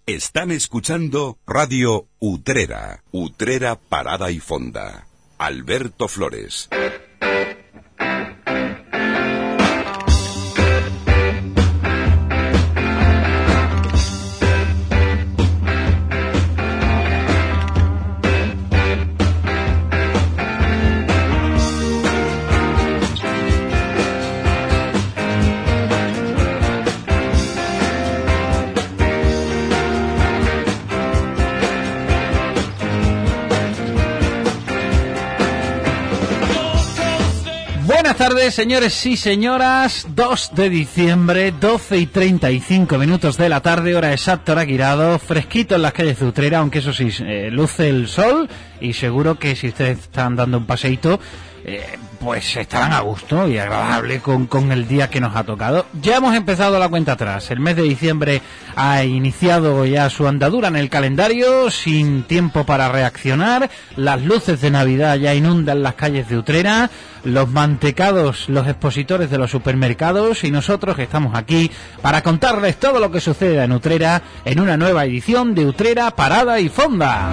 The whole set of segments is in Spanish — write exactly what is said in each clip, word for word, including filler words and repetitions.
Están escuchando Radio Utrera. Utrera Parada y Fonda. Alberto Flores. Buenas tardes, señores y señoras. dos de diciembre, doce y treinta y cinco minutos de la tarde, hora exacta, hora Guirado, fresquito en las calles de Utrera, aunque eso sí, eh, luce el sol, y seguro que si ustedes están dando un paseíto, eh, pues estarán a gusto y agradable con, con el día que nos ha tocado. Ya hemos empezado la cuenta atrás. El mes de diciembre ha iniciado ya su andadura en el calendario, sin tiempo para reaccionar. Las luces de Navidad ya inundan las calles de Utrera, los mantecados, los expositores de los supermercados, y nosotros que estamos aquí para contarles todo lo que sucede en Utrera en una nueva edición de Utrera Parada y Fonda.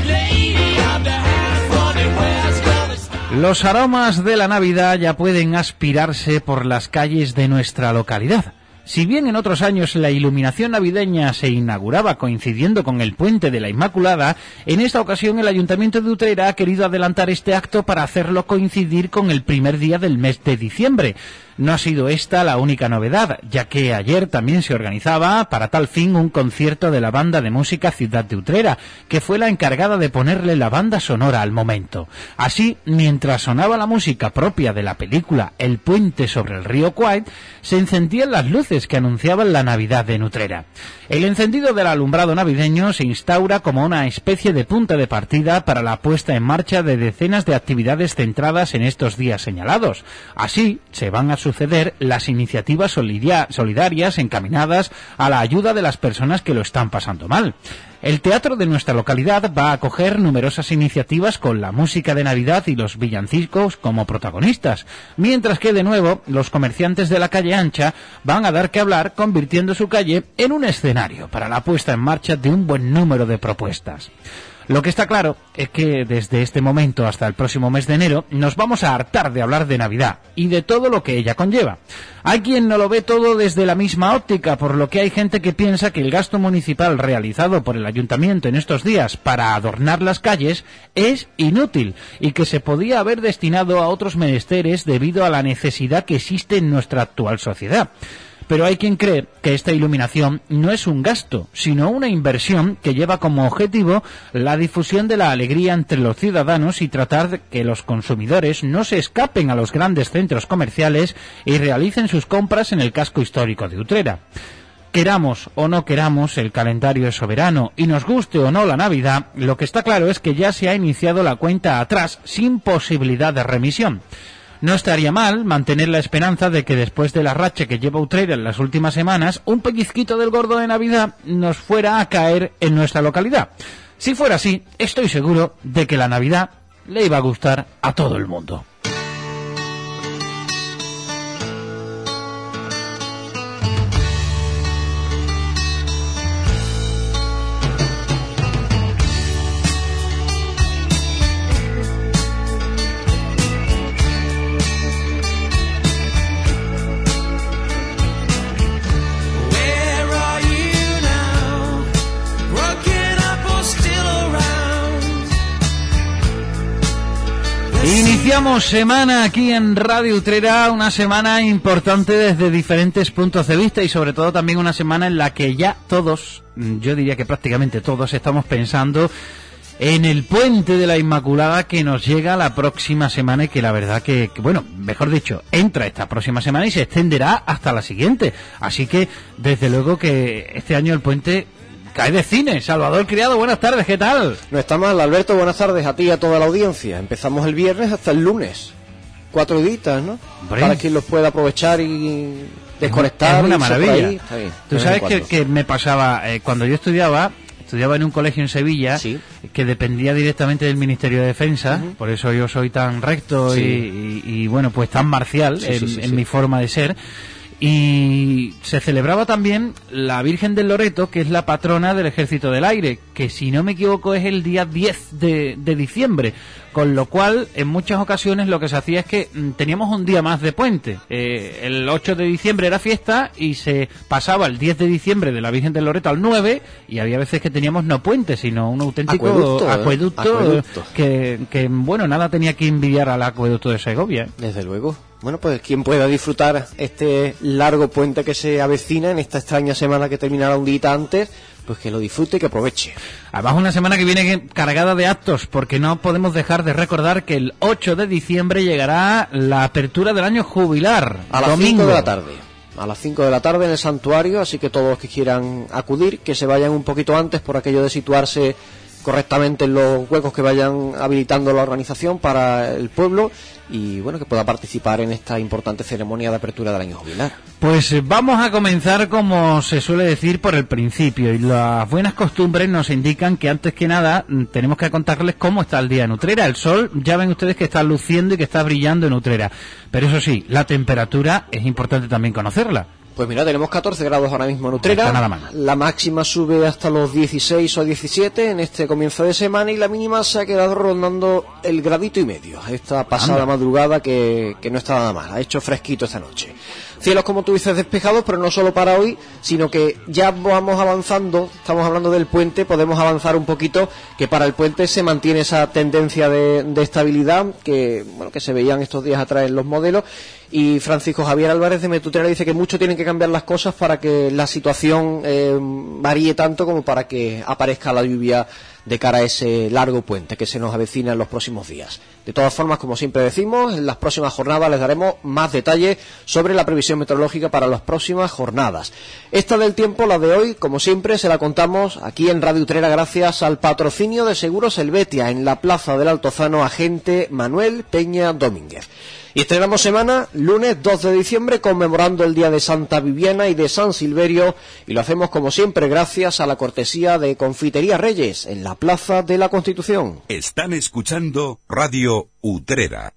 Los aromas de la Navidad ya pueden aspirarse por las calles de nuestra localidad. Si bien en otros años la iluminación navideña se inauguraba coincidiendo con el Puente de la Inmaculada, en esta ocasión el Ayuntamiento de Utrera ha querido adelantar este acto para hacerlo coincidir con el primer día del mes de diciembre. No ha sido esta la única novedad, ya que ayer también se organizaba para tal fin un concierto de la banda de música Ciudad de Utrera, que fue la encargada de ponerle la banda sonora al momento. Así, mientras sonaba la música propia de la película El puente sobre el río Kwai, se encendían las luces que anunciaban la Navidad de Utrera. El encendido del alumbrado navideño se instaura como una especie de punta de partida para la puesta en marcha de decenas de actividades centradas en estos días señalados. Así, se van a suceder las iniciativas solidia- solidarias encaminadas a la ayuda de las personas que lo están pasando mal. El teatro de nuestra localidad va a acoger numerosas iniciativas con la música de Navidad y los villancicos como protagonistas, mientras que de nuevo los comerciantes de la calle Ancha van a dar que hablar, convirtiendo su calle en un escenario para la puesta en marcha de un buen número de propuestas. Lo que está claro es que desde este momento hasta el próximo mes de enero nos vamos a hartar de hablar de Navidad y de todo lo que ella conlleva. Hay quien no lo ve todo desde la misma óptica, por lo que hay gente que piensa que el gasto municipal realizado por el ayuntamiento en estos días para adornar las calles es inútil y que se podía haber destinado a otros menesteres debido a la necesidad que existe en nuestra actual sociedad. Pero hay quien cree que esta iluminación no es un gasto, sino una inversión que lleva como objetivo la difusión de la alegría entre los ciudadanos y tratar de que los consumidores no se escapen a los grandes centros comerciales y realicen sus compras en el casco histórico de Utrera. Queramos o no queramos, el calendario es soberano y nos guste o no la Navidad, lo que está claro es que ya se ha iniciado la cuenta atrás sin posibilidad de remisión. No estaría mal mantener la esperanza de que después de la racha que lleva Utrera en las últimas semanas, un pellizquito del gordo de Navidad nos fuera a caer en nuestra localidad. Si fuera así, estoy seguro de que la Navidad le iba a gustar a todo el mundo. Iniciamos semana aquí en Radio Utrera, una semana importante desde diferentes puntos de vista y sobre todo también una semana en la que ya todos, yo diría que prácticamente todos, estamos pensando en el Puente de la Inmaculada que nos llega la próxima semana y que la verdad que, que, bueno, mejor dicho, entra esta próxima semana y se extenderá hasta la siguiente. Así que, desde luego que este año el puente cae de cine. Salvador Criado, buenas tardes, ¿qué tal? No está mal, Alberto, buenas tardes a ti y a toda la audiencia. Empezamos el viernes hasta el lunes. Cuatro días, ¿no? Hombre. Para quien los pueda aprovechar y desconectar. Es una maravilla. Ahí. Ahí, Tú sabes que, que me pasaba, eh, cuando yo estudiaba, estudiaba en un colegio en Sevilla, sí, que dependía directamente del Ministerio de Defensa, uh-huh. Por eso yo soy tan recto, sí, y, y, y bueno, pues tan marcial, sí, en, sí, sí, en sí. mi forma de ser. Y se celebraba también la Virgen del Loreto, que es la patrona del Ejército del Aire, que si no me equivoco es el día diez de, de diciembre, con lo cual en muchas ocasiones lo que se hacía es que mm, teníamos un día más de puente. Eh, el ocho de diciembre era fiesta y se pasaba el diez de diciembre de la Virgen del Loreto al nueve, y había veces que teníamos no puente, sino un auténtico acueducto, acueducto, ¿eh? acueducto. Que, que, bueno, nada tenía que envidiar al acueducto de Segovia. Desde luego. Bueno, pues quien pueda disfrutar este largo puente que se avecina en esta extraña semana que terminará un día antes, pues que lo disfrute y que aproveche. Además, una semana que viene cargada de actos, porque no podemos dejar de recordar que el ocho de diciembre llegará la apertura del año jubilar. A las cinco de la tarde. A las cinco de la tarde en el santuario, así que todos los que quieran acudir, que se vayan un poquito antes por aquello de situarse correctamente en los huecos que vayan habilitando la organización para el pueblo, y bueno, que pueda participar en esta importante ceremonia de apertura del año jubilar. Pues vamos a comenzar, como se suele decir, por el principio, y las buenas costumbres nos indican que antes que nada tenemos que contarles cómo está el día en Utrera. El sol, ya ven ustedes que está luciendo y que está brillando en Utrera, pero eso sí, la temperatura es importante también conocerla. Pues mira, tenemos catorce grados ahora mismo en Utrera, nada más. La máxima sube hasta los dieciséis o diecisiete en este comienzo de semana, y la mínima se ha quedado rondando el gradito y medio esta pasada Anda. madrugada, que, que no está nada mal, ha hecho fresquito esta noche. Cielos, como tú dices, despejados, pero no solo para hoy, sino que ya vamos avanzando, estamos hablando del puente, podemos avanzar un poquito, que para el puente se mantiene esa tendencia de, de estabilidad que, bueno, que se veían estos días atrás en los modelos. Y Francisco Javier Álvarez de Metutrera dice que mucho tienen que cambiar las cosas para que la situación eh, varíe tanto como para que aparezca la lluvia de cara a ese largo puente que se nos avecina en los próximos días. De todas formas, como siempre decimos, en las próximas jornadas les daremos más detalles sobre la previsión meteorológica para las próximas jornadas. Esta del tiempo, la de hoy, como siempre, se la contamos aquí en Radio Utrera gracias al patrocinio de Seguros Helvetia en la Plaza del Altozano, agente Manuel Peña Domínguez. Y estrenamos semana, lunes dos de diciembre, conmemorando el día de Santa Viviana y de San Silverio, y lo hacemos como siempre gracias a la cortesía de Confitería Reyes en la Plaza de la Constitución. Están escuchando Radio Utrera.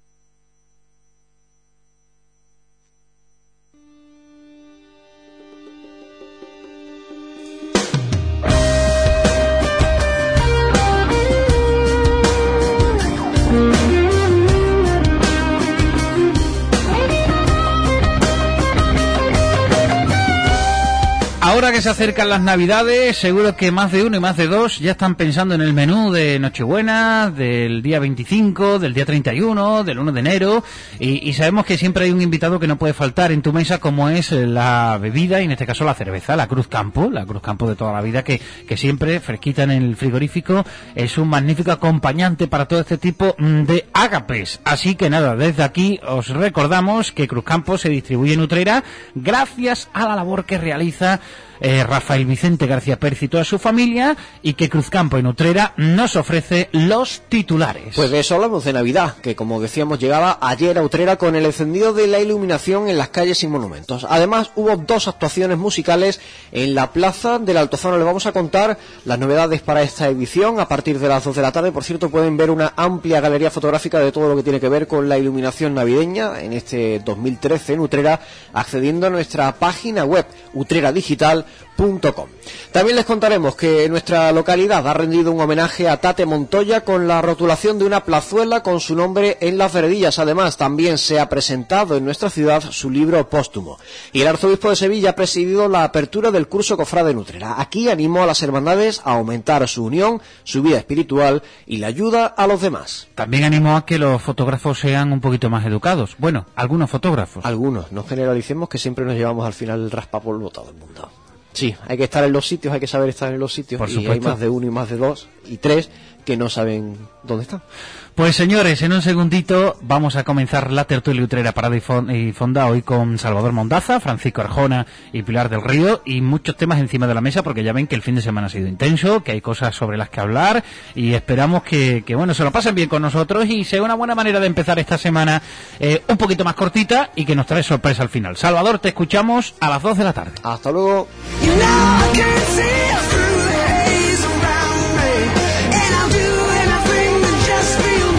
Ahora que se acercan las Navidades, seguro que más de uno y más de dos ya están pensando en el menú de Nochebuena, del día veinticinco, del día treinta y uno, del uno de enero, y, y sabemos que siempre hay un invitado que no puede faltar en tu mesa, como es la bebida, y en este caso la cerveza, la Cruz Campo, la Cruz Campo de toda la vida, que, que siempre, fresquita en el frigorífico, es un magnífico acompañante para todo este tipo de ágapes. Así que nada, desde aquí os recordamos que Cruz Campo se distribuye en Utrera gracias a la labor que realiza Eh, Rafael Vicente García Pérez y toda su familia, y que Cruzcampo en Utrera nos ofrece los titulares. Pues de eso hablamos de Navidad, que como decíamos llegaba ayer a Utrera con el encendido de la iluminación en las calles y monumentos. Además hubo dos actuaciones musicales en la Plaza del Altozano. Les vamos a contar las novedades para esta edición a partir de las dos de la tarde. Por cierto, pueden ver una amplia galería fotográfica de todo lo que tiene que ver con la iluminación navideña en este dos mil trece en Utrera, accediendo a nuestra página web utrera digital punto com. También les contaremos que nuestra localidad ha rendido un homenaje a Tate Montoya con la rotulación de una plazuela con su nombre en las veredillas. Además, también se ha presentado en nuestra ciudad su libro póstumo. Y el arzobispo de Sevilla ha presidido la apertura del curso Cofrade en Utrera. Aquí animó a las hermandades a aumentar su unión, su vida espiritual y la ayuda a los demás. También animó a que los fotógrafos sean un poquito más educados. Bueno, algunos fotógrafos. Algunos, no generalicemos, que siempre nos llevamos al final el raspapolvo todo el mundo. Sí, hay que estar en los sitios, hay que saber estar en los sitios. Por y supuesto. Hay más de uno y más de dos y tres que no saben dónde están. Pues señores, en un segundito vamos a comenzar la tertulia Utrera Parada y Fonda hoy con Salvador Mondaza, Francisco Arjona y Pilar del Río, y muchos temas encima de la mesa, porque ya ven que el fin de semana ha sido intenso, que hay cosas sobre las que hablar, y esperamos que, que bueno, se lo pasen bien con nosotros y sea una buena manera de empezar esta semana eh, un poquito más cortita y que nos trae sorpresa al final. Salvador, te escuchamos a las dos de la tarde. Hasta luego.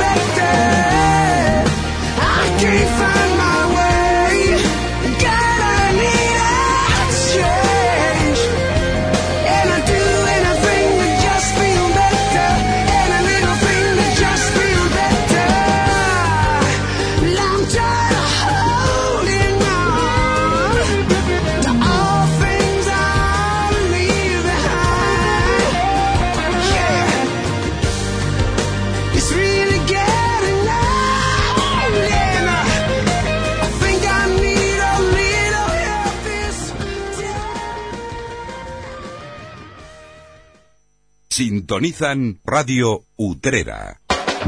Can't find my way, gotta Sintonizan Radio Utrera.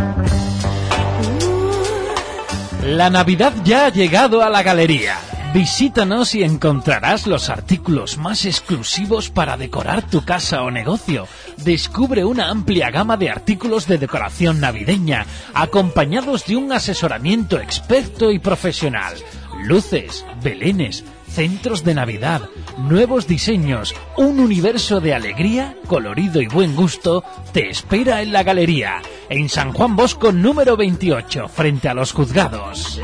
La Navidad ya ha llegado a la galería. Visítanos y encontrarás los artículos más exclusivos para decorar tu casa o negocio. Descubre una amplia gama de artículos de decoración navideña, acompañados de un asesoramiento experto y profesional. Luces, belenes, centros de Navidad, nuevos diseños, un universo de alegría, colorido y buen gusto te espera en la galería, en San Juan Bosco número veintiocho, frente a los juzgados.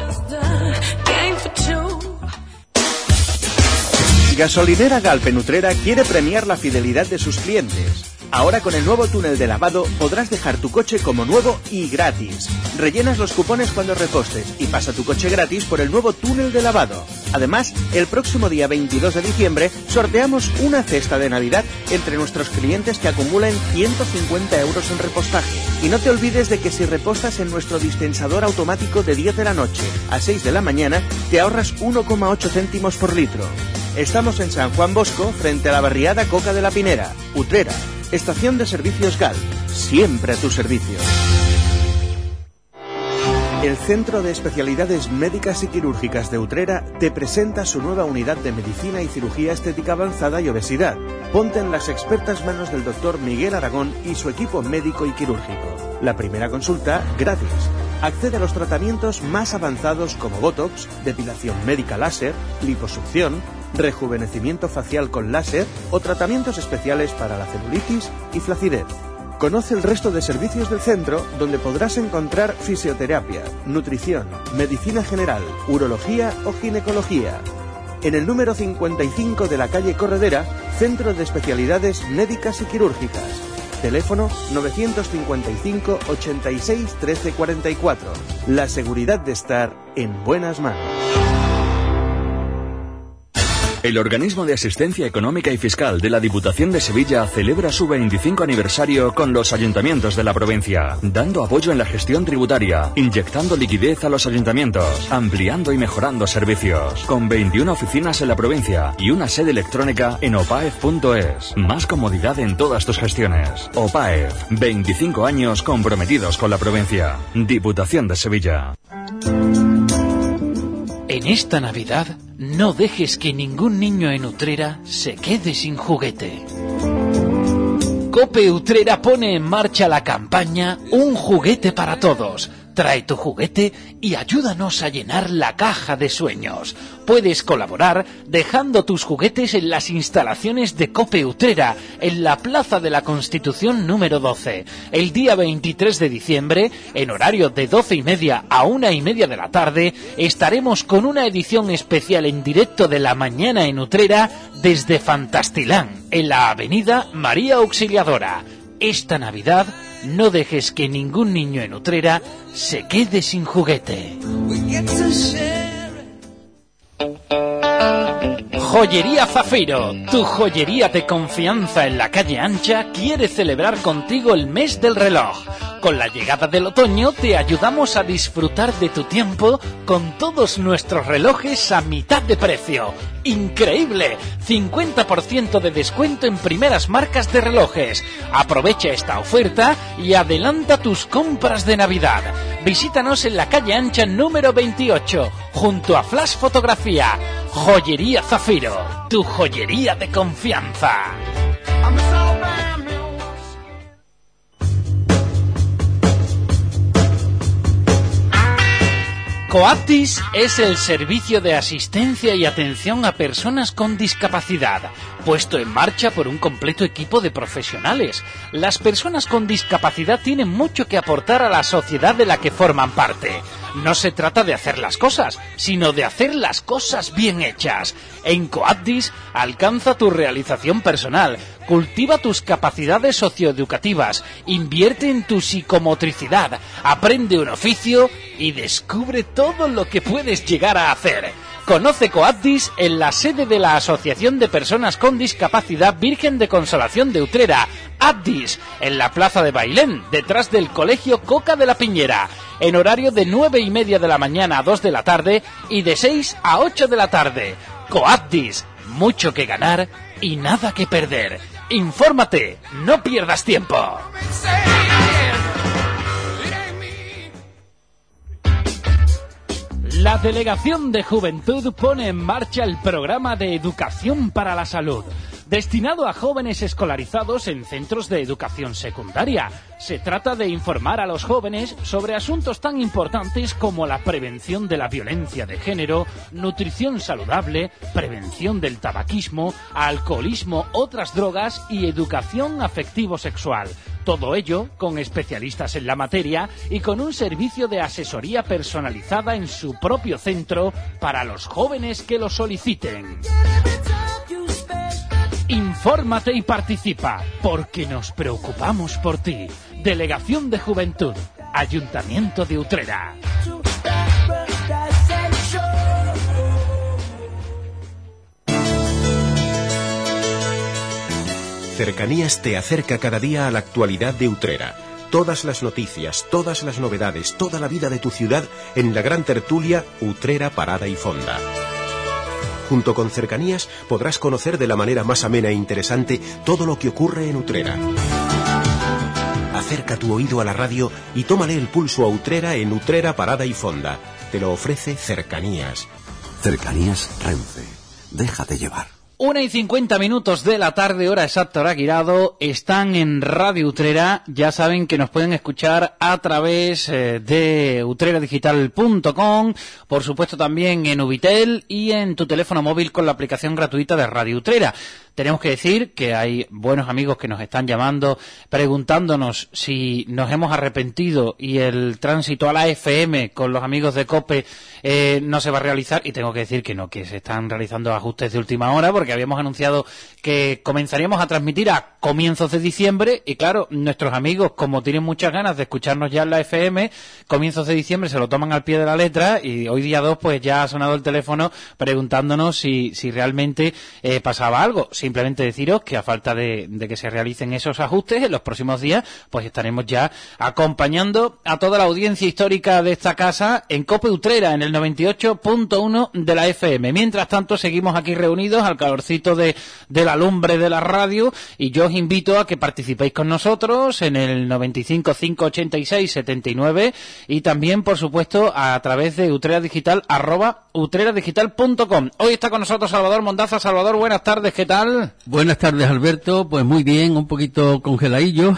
Gasolinera Galp en Utrera quiere premiar la fidelidad de sus clientes. Ahora con el nuevo túnel de lavado podrás dejar tu coche como nuevo y gratis. Rellenas los cupones cuando repostes y pasa tu coche gratis por el nuevo túnel de lavado. Además, el próximo día veintidós de diciembre sorteamos una cesta de Navidad entre nuestros clientes que acumulen ciento cincuenta euros en repostaje. Y no te olvides de que si repostas en nuestro dispensador automático de diez de la noche a seis de la mañana, te ahorras uno coma ocho céntimos por litro. Estamos en San Juan Bosco, frente a la barriada Coca de la Pinera, Utrera. Estación de Servicios Galp, siempre a tu servicio. El Centro de Especialidades Médicas y Quirúrgicas de Utrera te presenta su nueva unidad de Medicina y Cirugía Estética Avanzada y Obesidad. Ponte en las expertas manos del doctor Miguel Aragón y su equipo médico y quirúrgico. La primera consulta, gratis. Accede a los tratamientos más avanzados como Botox, depilación médica láser, liposucción, rejuvenecimiento facial con láser o tratamientos especiales para la celulitis y flacidez. Conoce el resto de servicios del centro, donde podrás encontrar fisioterapia, nutrición, medicina general, urología o ginecología. En el número cincuenta y cinco de la calle Corredera, Centro de Especialidades Médicas y Quirúrgicas. Teléfono novecientos cincuenta y cinco, ochenta y seis, trece cuarenta y cuatro. La seguridad de estar en buenas manos. El Organismo de Asistencia Económica y Fiscal de la Diputación de Sevilla celebra su veinticinco aniversario con los ayuntamientos de la provincia, dando apoyo en la gestión tributaria, inyectando liquidez a los ayuntamientos, ampliando y mejorando servicios, con veintiuna oficinas en la provincia y una sede electrónica en opaef punto es. Más comodidad en todas tus gestiones. OPAEF, veinticinco años comprometidos con la provincia. Diputación de Sevilla. En esta Navidad, no dejes que ningún niño en Utrera se quede sin juguete. Cope Utrera pone en marcha la campaña Un juguete para todos. Trae tu juguete y ayúdanos a llenar la caja de sueños. Puedes colaborar dejando tus juguetes en las instalaciones de Cope Utrera, en la Plaza de la Constitución número doce. El día veintitrés de diciembre, en horario de doce y media a una y media de la tarde, estaremos con una edición especial en directo de la mañana en Utrera desde Fantastilán, en la avenida María Auxiliadora. Esta Navidad, no dejes que ningún niño en Utrera se quede sin juguete. Joyería Zafiro, tu joyería de confianza en la calle Ancha, quiere celebrar contigo el mes del reloj. Con la llegada del otoño te ayudamos a disfrutar de tu tiempo con todos nuestros relojes a mitad de precio. ¡Increíble! cincuenta por ciento de descuento en primeras marcas de relojes. Aprovecha esta oferta y adelanta tus compras de Navidad. Visítanos en la calle Ancha número veintiocho, junto a Flash Fotografía. Joyería Zafiro, tu joyería de confianza. Coaptis es el servicio de asistencia y atención a personas con discapacidad, puesto en marcha por un completo equipo de profesionales. Las personas con discapacidad tienen mucho que aportar a la sociedad de la que forman parte. No se trata de hacer las cosas, sino de hacer las cosas bien hechas. En Coaptis alcanza tu realización personal, cultiva tus capacidades socioeducativas, invierte en tu psicomotricidad, aprende un oficio y descubre todo lo que puedes llegar a hacer. Conoce Coaptis en la sede de la Asociación de Personas con Discapacidad Virgen de Consolación de Utrera, Aptis, en la Plaza de Bailén, detrás del Colegio Coca de la Piñera, en horario de nueve y media de la mañana a dos de la tarde y de seis a ocho de la tarde. Coaptis, mucho que ganar y nada que perder. Infórmate, no pierdas tiempo. La Delegación de Juventud pone en marcha el programa de Educación para la Salud, destinado a jóvenes escolarizados en centros de educación secundaria. Se trata de informar a los jóvenes sobre asuntos tan importantes como la prevención de la violencia de género, nutrición saludable, prevención del tabaquismo, alcoholismo, otras drogas y educación afectivo-sexual. Todo ello con especialistas en la materia y con un servicio de asesoría personalizada en su propio centro para los jóvenes que lo soliciten. Infórmate y participa, porque nos preocupamos por ti. Delegación de Juventud, Ayuntamiento de Utrera. Cercanías te acerca cada día a la actualidad de Utrera. Todas las noticias, todas las novedades, toda la vida de tu ciudad en la gran tertulia Utrera Parada y Fonda. Junto con Cercanías podrás conocer de la manera más amena e interesante todo lo que ocurre en Utrera. Acerca tu oído a la radio y tómale el pulso a Utrera en Utrera Parada y Fonda. Te lo ofrece Cercanías. Cercanías Renfe. Déjate llevar. Una y cincuenta minutos de la tarde, hora exacta, hora Guirado, están en Radio Utrera. Ya saben que nos pueden escuchar a través eh, de utrera digital punto com, por supuesto también en Ubitel y en tu teléfono móvil con la aplicación gratuita de Radio Utrera. Tenemos que decir que hay buenos amigos que nos están llamando preguntándonos si nos hemos arrepentido y el tránsito a la F M con los amigos de COPE eh, no se va a realizar, y tengo que decir que no, que se están realizando ajustes de última hora porque habíamos anunciado que comenzaríamos a transmitir a comienzos de diciembre y claro, nuestros amigos, como tienen muchas ganas de escucharnos ya en la F M, comienzos de diciembre se lo toman al pie de la letra y hoy día dos pues ya ha sonado el teléfono preguntándonos si, si realmente eh, pasaba algo. Simplemente deciros que a falta de, de que se realicen esos ajustes en los próximos días, pues estaremos ya acompañando a toda la audiencia histórica de esta casa en COPE Utrera, en el noventa y ocho punto uno de la F M. Mientras tanto, seguimos aquí reunidos al calorcito de, de la lumbre de la radio y yo os invito a que participéis con nosotros en el noventa y cinco, cinco ochenta y seis, setenta y nueve y también, por supuesto, a través de Utrera Digital, arroba utrera digital punto com. Hoy está con nosotros Salvador Mondaza. Salvador, buenas tardes, ¿qué tal? Buenas tardes, Alberto. Pues muy bien, un poquito congeladillo,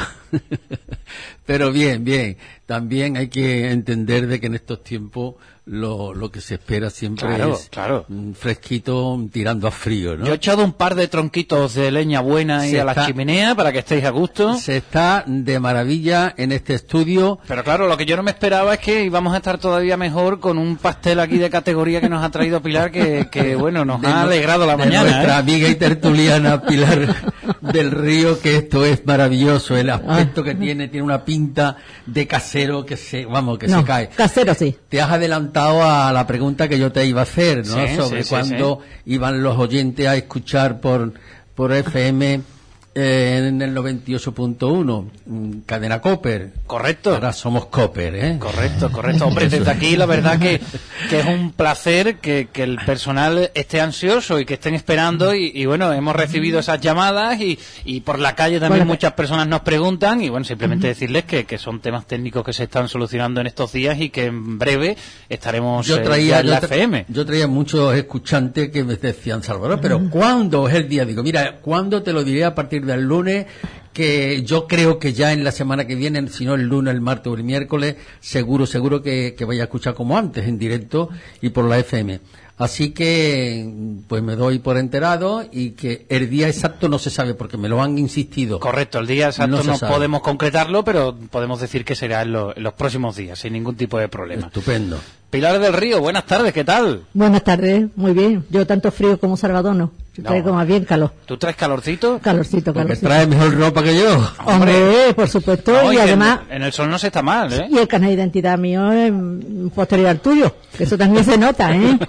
pero bien, bien. También hay que entender de que en estos tiempos lo, lo que se espera siempre claro, es claro. fresquito tirando a frío, ¿no? Yo he echado un par de tronquitos de leña buena ahí a la chimenea para que estéis a gusto. Se está de maravilla en este estudio. Pero claro, lo que yo no me esperaba es que íbamos a estar todavía mejor con un pastel aquí de categoría que nos ha traído Pilar, que, que bueno, nos de ha no, alegrado la de mañana. Nuestra ¿eh? amiga y tertuliana Pilar del Río, que esto es maravilloso. El aspecto ah. que tiene, tiene una pinta de casero que se, vamos, que no, se cae. Casero sí. Te has adelantado a la pregunta que yo te iba a hacer, ¿no? Sí, Sobre sí, cuándo sí, sí. iban los oyentes a escuchar por, por F M eh, en el noventa y ocho punto uno, cadena Cooper. Correcto. Ahora somos Cooper, ¿eh? Correcto, correcto. Hombre, desde aquí la verdad que, que es un placer que, que el personal esté ansioso y que estén esperando y, y bueno, hemos recibido esas llamadas y, y por la calle también bueno, muchas personas nos preguntan y bueno, simplemente uh-huh. decirles que, que son temas técnicos que se están solucionando en estos días y que en breve estaremos yo traía, eh, en la yo tra- F M. Yo traía muchos escuchantes que me decían, Salvador, pero ¿cuándo es el día? Digo, mira, ¿cuándo te lo diré? A partir del lunes, que yo creo que ya en la semana que viene, si no el lunes, el martes o el miércoles, seguro, seguro que, que vaya a escuchar como antes, en directo y por la F M. Así que, pues me doy por enterado y que el día exacto no se sabe porque me lo han insistido. Correcto, el día exacto no, no podemos concretarlo, pero podemos decir que será en, lo, en los próximos días, sin ningún tipo de problema. Estupendo. Pilar del Río, buenas tardes, ¿qué tal? Buenas tardes, muy bien. Yo tanto frío como Salvador no. Yo no. traigo más bien calor. ¿Tú traes calorcito? Calorcito, Porque calorcito. traes mejor ropa que yo. Hombre, Hombre por supuesto, no, y, y además... En, en el sol no se está mal, ¿eh? Y el carnet de identidad mío es posterior al tuyo, que eso también se nota, ¿eh?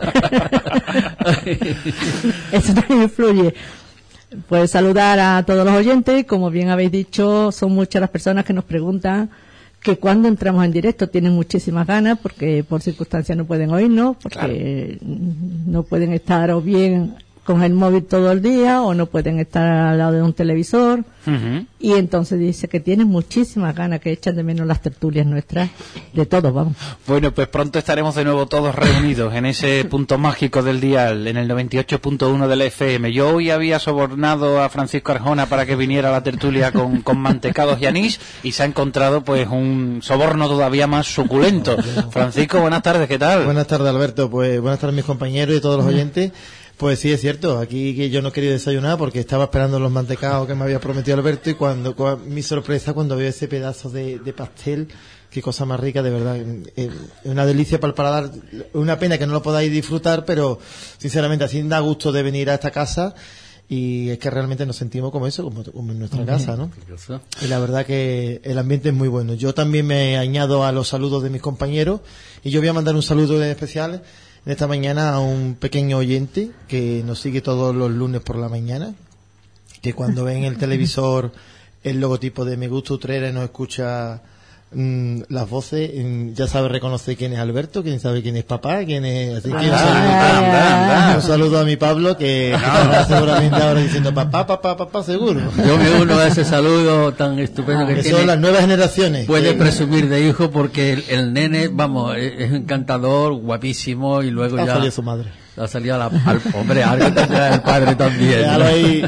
Eso también influye. Pues saludar a todos los oyentes, como bien habéis dicho, son muchas las personas que nos preguntan que cuando entramos en directo tienen muchísimas ganas porque por circunstancias no pueden oírnos, porque claro. no pueden estar o bien con el móvil todo el día o no pueden estar al lado de un televisor. Uh-huh. Y entonces dice que tienen muchísimas ganas, que echan de menos las tertulias nuestras, de todos, vamos. Bueno, pues pronto estaremos de nuevo todos reunidos en ese punto mágico del dial, en el noventa y ocho punto uno del F M. Yo hoy había sobornado a Francisco Arjona para que viniera a la tertulia con, con mantecados y anís, y se ha encontrado pues un soborno todavía más suculento. Francisco, buenas tardes, ¿qué tal? Buenas tardes, Alberto. Pues buenas tardes, mis compañeros y todos los oyentes. Pues sí, es cierto, aquí que yo no quería desayunar porque estaba esperando los mantecados que me había prometido Alberto, y cuando, cuando mi sorpresa cuando veo ese pedazo de, de pastel, qué cosa más rica, de verdad, es una delicia para el paladar, una pena que no lo podáis disfrutar, pero sinceramente así da gusto de venir a esta casa, y es que realmente nos sentimos como eso, como, como en nuestra casa, ¿no? Y la verdad que el ambiente es muy bueno. Yo también me añado a los saludos de mis compañeros, y yo voy a mandar un saludo en especial en esta mañana a un pequeño oyente que nos sigue todos los lunes por la mañana, que cuando ve en el televisor el logotipo de Me Gusta Utrera y nos escucha mmm, las voces, mmm, ya sabe reconocer quién es Alberto, quién sabe quién es papá, quién es... Así que un, saludo, un saludo a mi Pablo, que estará seguramente ahora diciendo papá, papá, papá, seguro. Yo me uno a ese saludo tan estupendo que, que tiene. Son las nuevas generaciones. Puede que... presumir de hijo porque el, el nene, vamos, es, es encantador, guapísimo, y luego ha ya... salido su madre. Ha salido a la, al hombre, algo tendrá el padre también, ¿no? Ahí.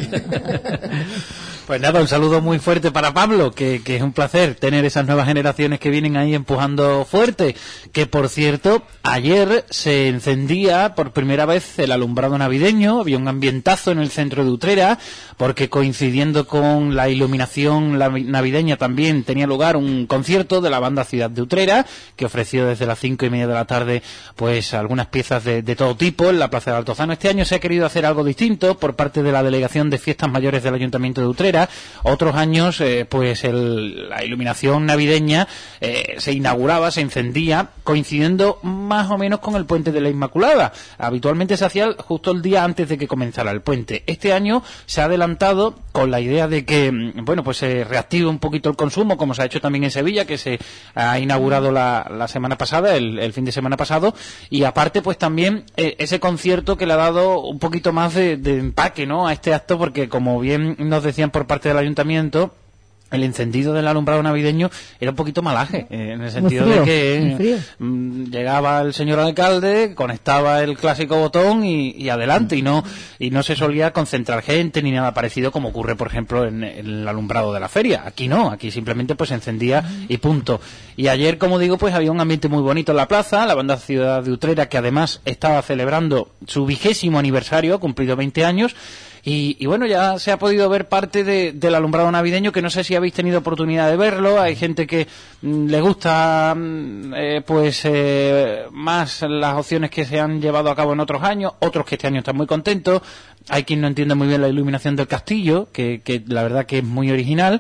Pues nada, un saludo muy fuerte para Pablo, que, que es un placer tener esas nuevas generaciones que vienen ahí empujando fuerte. Que por cierto, ayer se encendía por primera vez el alumbrado navideño, había un ambientazo en el centro de Utrera, porque coincidiendo con la iluminación navideña también tenía lugar un concierto de la banda Ciudad de Utrera, que ofreció desde las cinco y media de la tarde pues algunas piezas de, de todo tipo en la Plaza del Altozano. Este año se ha querido hacer algo distinto por parte de la Delegación de Fiestas Mayores del Ayuntamiento de Utrera. Otros años, eh, pues el, la iluminación navideña eh, se inauguraba, se encendía, coincidiendo más o menos con el Puente de la Inmaculada. Habitualmente se hacía justo el día antes de que comenzara el puente. Este año se ha adelantado con la idea de que, bueno, pues se reactive un poquito el consumo, como se ha hecho también en Sevilla, que se ha inaugurado la, la semana pasada, el, el fin de semana pasado, y aparte, pues también eh, ese concierto que le ha dado un poquito más de, de empaque, ¿no?, a este acto, porque como bien nos decían por parte del ayuntamiento, el encendido del alumbrado navideño era un poquito malaje, eh, en el sentido frío, de que eh, llegaba el señor alcalde, conectaba el clásico botón y, y adelante, y no y no se solía concentrar gente ni nada parecido como ocurre, por ejemplo, en, en el alumbrado de la feria. Aquí no, aquí simplemente pues se encendía y punto. Y ayer, como digo, pues había un ambiente muy bonito en la plaza, la banda Ciudad de Utrera, que además estaba celebrando su vigésimo aniversario, cumplido veinte años. Y, y bueno, ya se ha podido ver parte de, del alumbrado navideño, que no sé si habéis tenido oportunidad de verlo. Hay gente que mm, le gusta mm, eh, pues eh, más las opciones que se han llevado a cabo en otros años, otros que este año están muy contentos. Hay quien no entiende muy bien la iluminación del castillo, que, que la verdad que es muy original.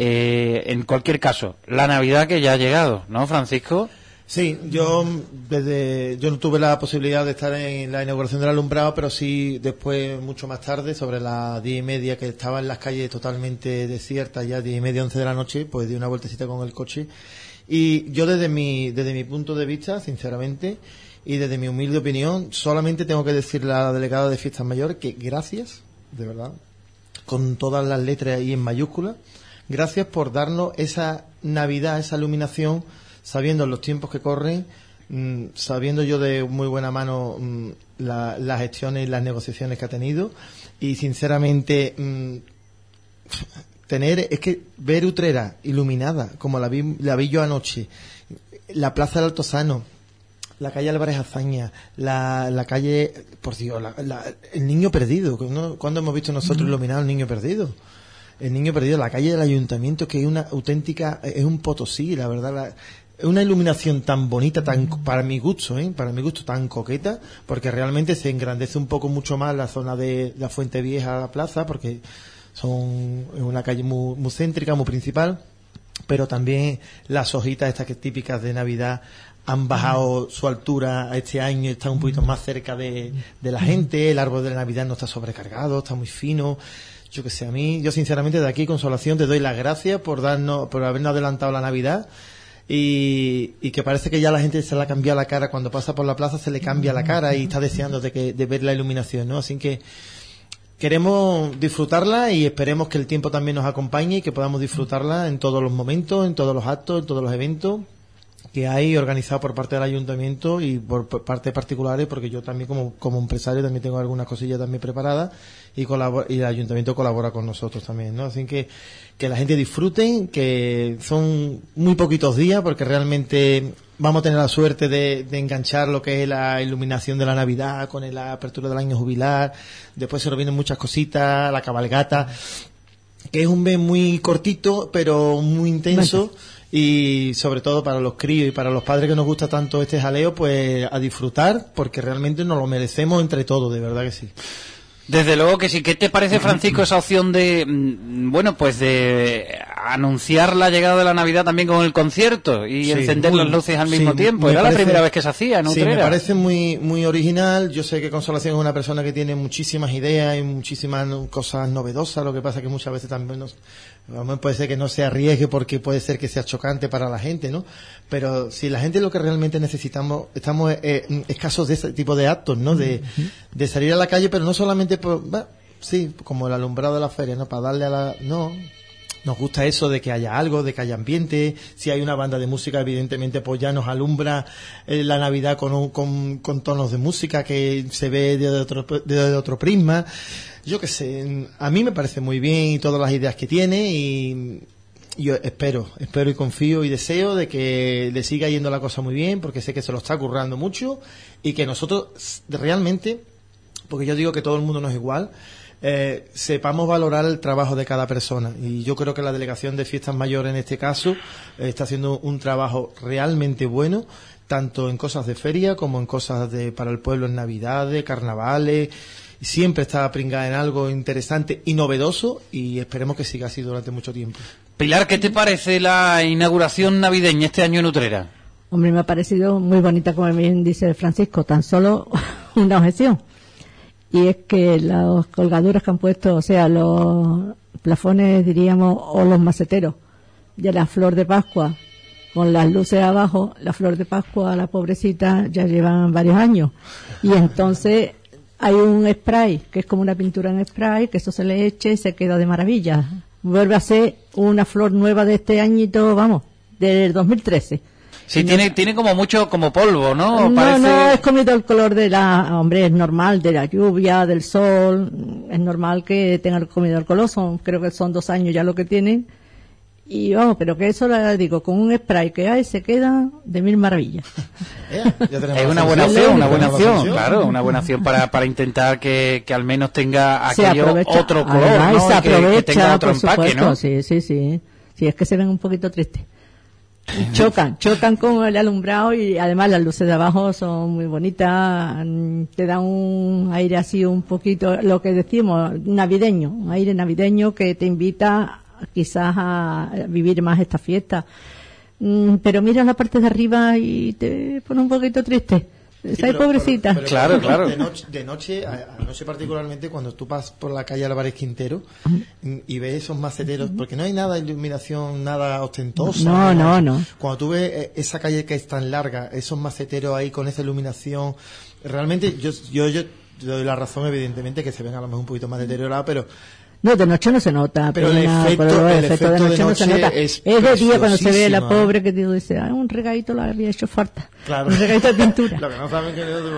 Eh, en cualquier caso, la Navidad que ya ha llegado, ¿no, Francisco? Sí, yo desde yo no tuve la posibilidad de estar en la inauguración del alumbrado, pero sí después, mucho más tarde, sobre las diez y media, que estaba en las calles totalmente desiertas, ya diez y media, once de la noche, pues di una vueltecita con el coche. Y yo desde mi desde mi punto de vista, sinceramente, y desde mi humilde opinión, solamente tengo que decirle a la delegada de Fiestas Mayores que gracias, de verdad, con todas las letras ahí en mayúsculas, gracias por darnos esa Navidad, esa iluminación, sabiendo los tiempos que corren, mmm, sabiendo yo de muy buena mano mmm, la, las gestiones y las negociaciones que ha tenido, y sinceramente mmm, tener, es que ver Utrera iluminada como la vi, la vi yo anoche, la Plaza del Altozano, la calle Álvarez Azaña, la, la calle, por Dios, la, la, el Niño Perdido, ¿no? ¿Cuándo hemos visto nosotros iluminado el Niño Perdido? El Niño Perdido, la calle del Ayuntamiento, que es una auténtica, es un Potosí, la verdad, la, es una iluminación tan bonita, tan para mi gusto, ¿eh? para mi gusto tan coqueta, porque realmente se engrandece un poco mucho más la zona de la Fuente Vieja, la plaza, porque son es una calle muy, muy céntrica, muy principal, pero también las hojitas estas que típicas de Navidad han bajado su altura este año, están un poquito más cerca de, de la gente, el árbol de la Navidad no está sobrecargado, está muy fino. Yo que sé, a mí, yo sinceramente de aquí, Consolación, te doy las gracias por darnos, por habernos adelantado la Navidad, y, y que parece que ya la gente se le ha cambiado la cara, cuando pasa por la plaza se le cambia la cara y está deseando de que, de ver la iluminación, ¿no? Así que queremos disfrutarla y esperemos que el tiempo también nos acompañe y que podamos disfrutarla en todos los momentos, en todos los actos, en todos los eventos que hay organizado por parte del ayuntamiento y por, por parte de particulares, porque yo también como, como empresario también tengo algunas cosillas también preparadas y, colabora, y el ayuntamiento colabora con nosotros también, ¿no? Así que que la gente disfruten, que son muy poquitos días, porque realmente vamos a tener la suerte de, de enganchar lo que es la iluminación de la Navidad con la apertura del año jubilar, después se nos vienen muchas cositas, la cabalgata, que es un mes muy cortito pero muy intenso. Bueno. Y sobre todo para los críos y para los padres que nos gusta tanto este jaleo, pues a disfrutar, porque realmente nos lo merecemos entre todos, de verdad que sí. Desde luego que sí. ¿Qué te parece, Francisco, esa opción de, bueno, pues de anunciar la llegada de la Navidad también con el concierto y sí, encender muy, las luces al mismo sí, tiempo? Era parece, la primera vez que se hacía en Utrera. Sí, me parece muy muy original. Yo sé que Consolación es una persona que tiene muchísimas ideas y muchísimas cosas novedosas. Lo que pasa que muchas veces también nos, puede ser que no se arriesgue porque puede ser que sea chocante para la gente, ¿no? Pero si la gente lo que realmente necesitamos, estamos eh, escasos de ese tipo de actos, ¿no? De, uh-huh. de salir a la calle, pero no solamente por, bah, sí, como el alumbrado de la feria, ¿no? Para darle a la, no, nos gusta eso de que haya algo, de que haya ambiente. Si hay una banda de música, evidentemente, pues ya nos alumbra eh, la Navidad con, un, con, con tonos de música que se ve desde otro, desde otro prisma. Yo qué sé, a mí me parece muy bien y todas las ideas que tiene y yo espero, espero y confío y deseo de que le siga yendo la cosa muy bien, porque sé que se lo está currando mucho y que nosotros realmente, porque yo digo que todo el mundo no es igual, eh, sepamos valorar el trabajo de cada persona, y yo creo que la Delegación de Fiestas Mayores en este caso eh, está haciendo un trabajo realmente bueno, tanto en cosas de feria como en cosas de para el pueblo en Navidades, carnavales. Siempre está pringada en algo interesante y novedoso, y esperemos que siga así durante mucho tiempo. Pilar, ¿qué te parece la inauguración navideña este año en Utrera? Hombre, me ha parecido muy bonita, como bien dice Francisco, tan solo una objeción. Y es que las colgaduras que han puesto, o sea, los plafones, diríamos, o los maceteros de la flor de Pascua, con las luces abajo, la flor de Pascua, la pobrecita, ya llevan varios años. Y entonces hay un spray, que es como una pintura en spray, que eso se le eche y se queda de maravilla. Vuelve a ser una flor nueva de este añito, vamos, del dos mil trece. Sí, no, tiene tiene como mucho, como polvo, ¿no? No, Parece... no, es como el color de la, hombre, es normal, de la lluvia, del sol, es normal que tenga comido el color, son, creo que son dos años ya lo que tienen. Y vamos, pero que eso lo digo, con un spray que hay se queda de mil maravillas. Yeah, es una buena opción, una buena opción, claro, una buena opción para, para intentar que, que al menos tenga aquello otro color, además, ¿no? Se aprovecha, que, que tenga otro por empaque, supuesto, ¿no? Sí, sí, sí. Sí, es que se ven un poquito tristes. Y chocan, chocan con el alumbrado, y además las luces de abajo son muy bonitas, te dan un aire así un poquito, lo que decimos, navideño, un aire navideño que te invita quizás a vivir más esta fiesta, mm, pero mira la parte de arriba y te pone un poquito triste. Sí, pero, pobrecita. Pero, pero, claro, claro. De noche, de noche, anoche particularmente, cuando tú pasas por la calle Álvarez Quintero uh-huh. y ves esos maceteros, uh-huh. porque no hay nada de iluminación, nada ostentosa. No, no, no. Cuando tú ves esa calle que es tan larga, esos maceteros ahí con esa iluminación, realmente yo yo, yo doy la razón, evidentemente, que se ven a lo mejor un poquito más deteriorados, pero no, de noche no se nota. Pero pena, el efecto, pero el efecto de noche, de noche no se nota. Es, es de día cuando se ve la pobre que te dice, ah, un regadito le había hecho falta. Claro. Un regadito de pintura. Lo que no saben que yo de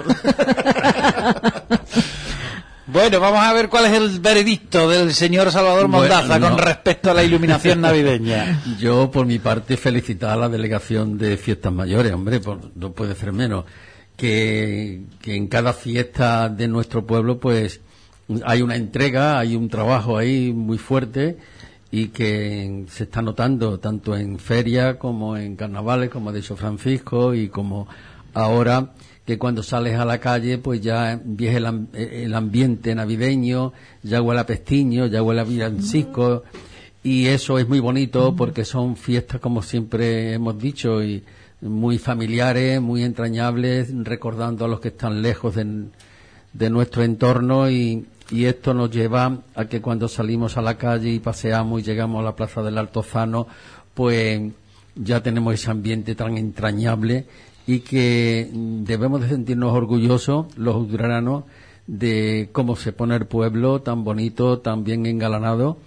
Bueno, vamos a ver cuál es el veredicto del señor Salvador Mondaza bueno, no. con respecto a la iluminación navideña. Yo, por mi parte, felicitar a la Delegación de Fiestas Mayores, hombre, por, no puede ser menos, que, que en cada fiesta de nuestro pueblo, pues, hay una entrega, hay un trabajo ahí muy fuerte y que se está notando tanto en feria como en carnavales, como ha dicho Francisco, y como ahora que cuando sales a la calle pues ya ves el, el ambiente navideño, ya huele a pestiño, ya huele a villancico, y eso es muy bonito porque son fiestas, como siempre hemos dicho, y muy familiares, muy entrañables, recordando a los que están lejos de, de nuestro entorno, y y esto nos lleva a que cuando salimos a la calle y paseamos y llegamos a la Plaza del Altozano, pues ya tenemos ese ambiente tan entrañable, y que debemos de sentirnos orgullosos los utreranos de cómo se pone el pueblo tan bonito, tan bien engalanado,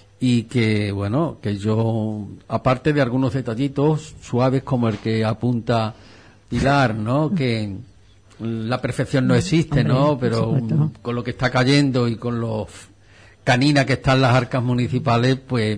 y que, bueno, que yo, aparte de algunos detallitos suaves como el que apunta Pilar, ¿no?, que la perfección no existe, Hombre, ¿no?, pero um, con lo que está cayendo y con los caninas que están las arcas municipales, pues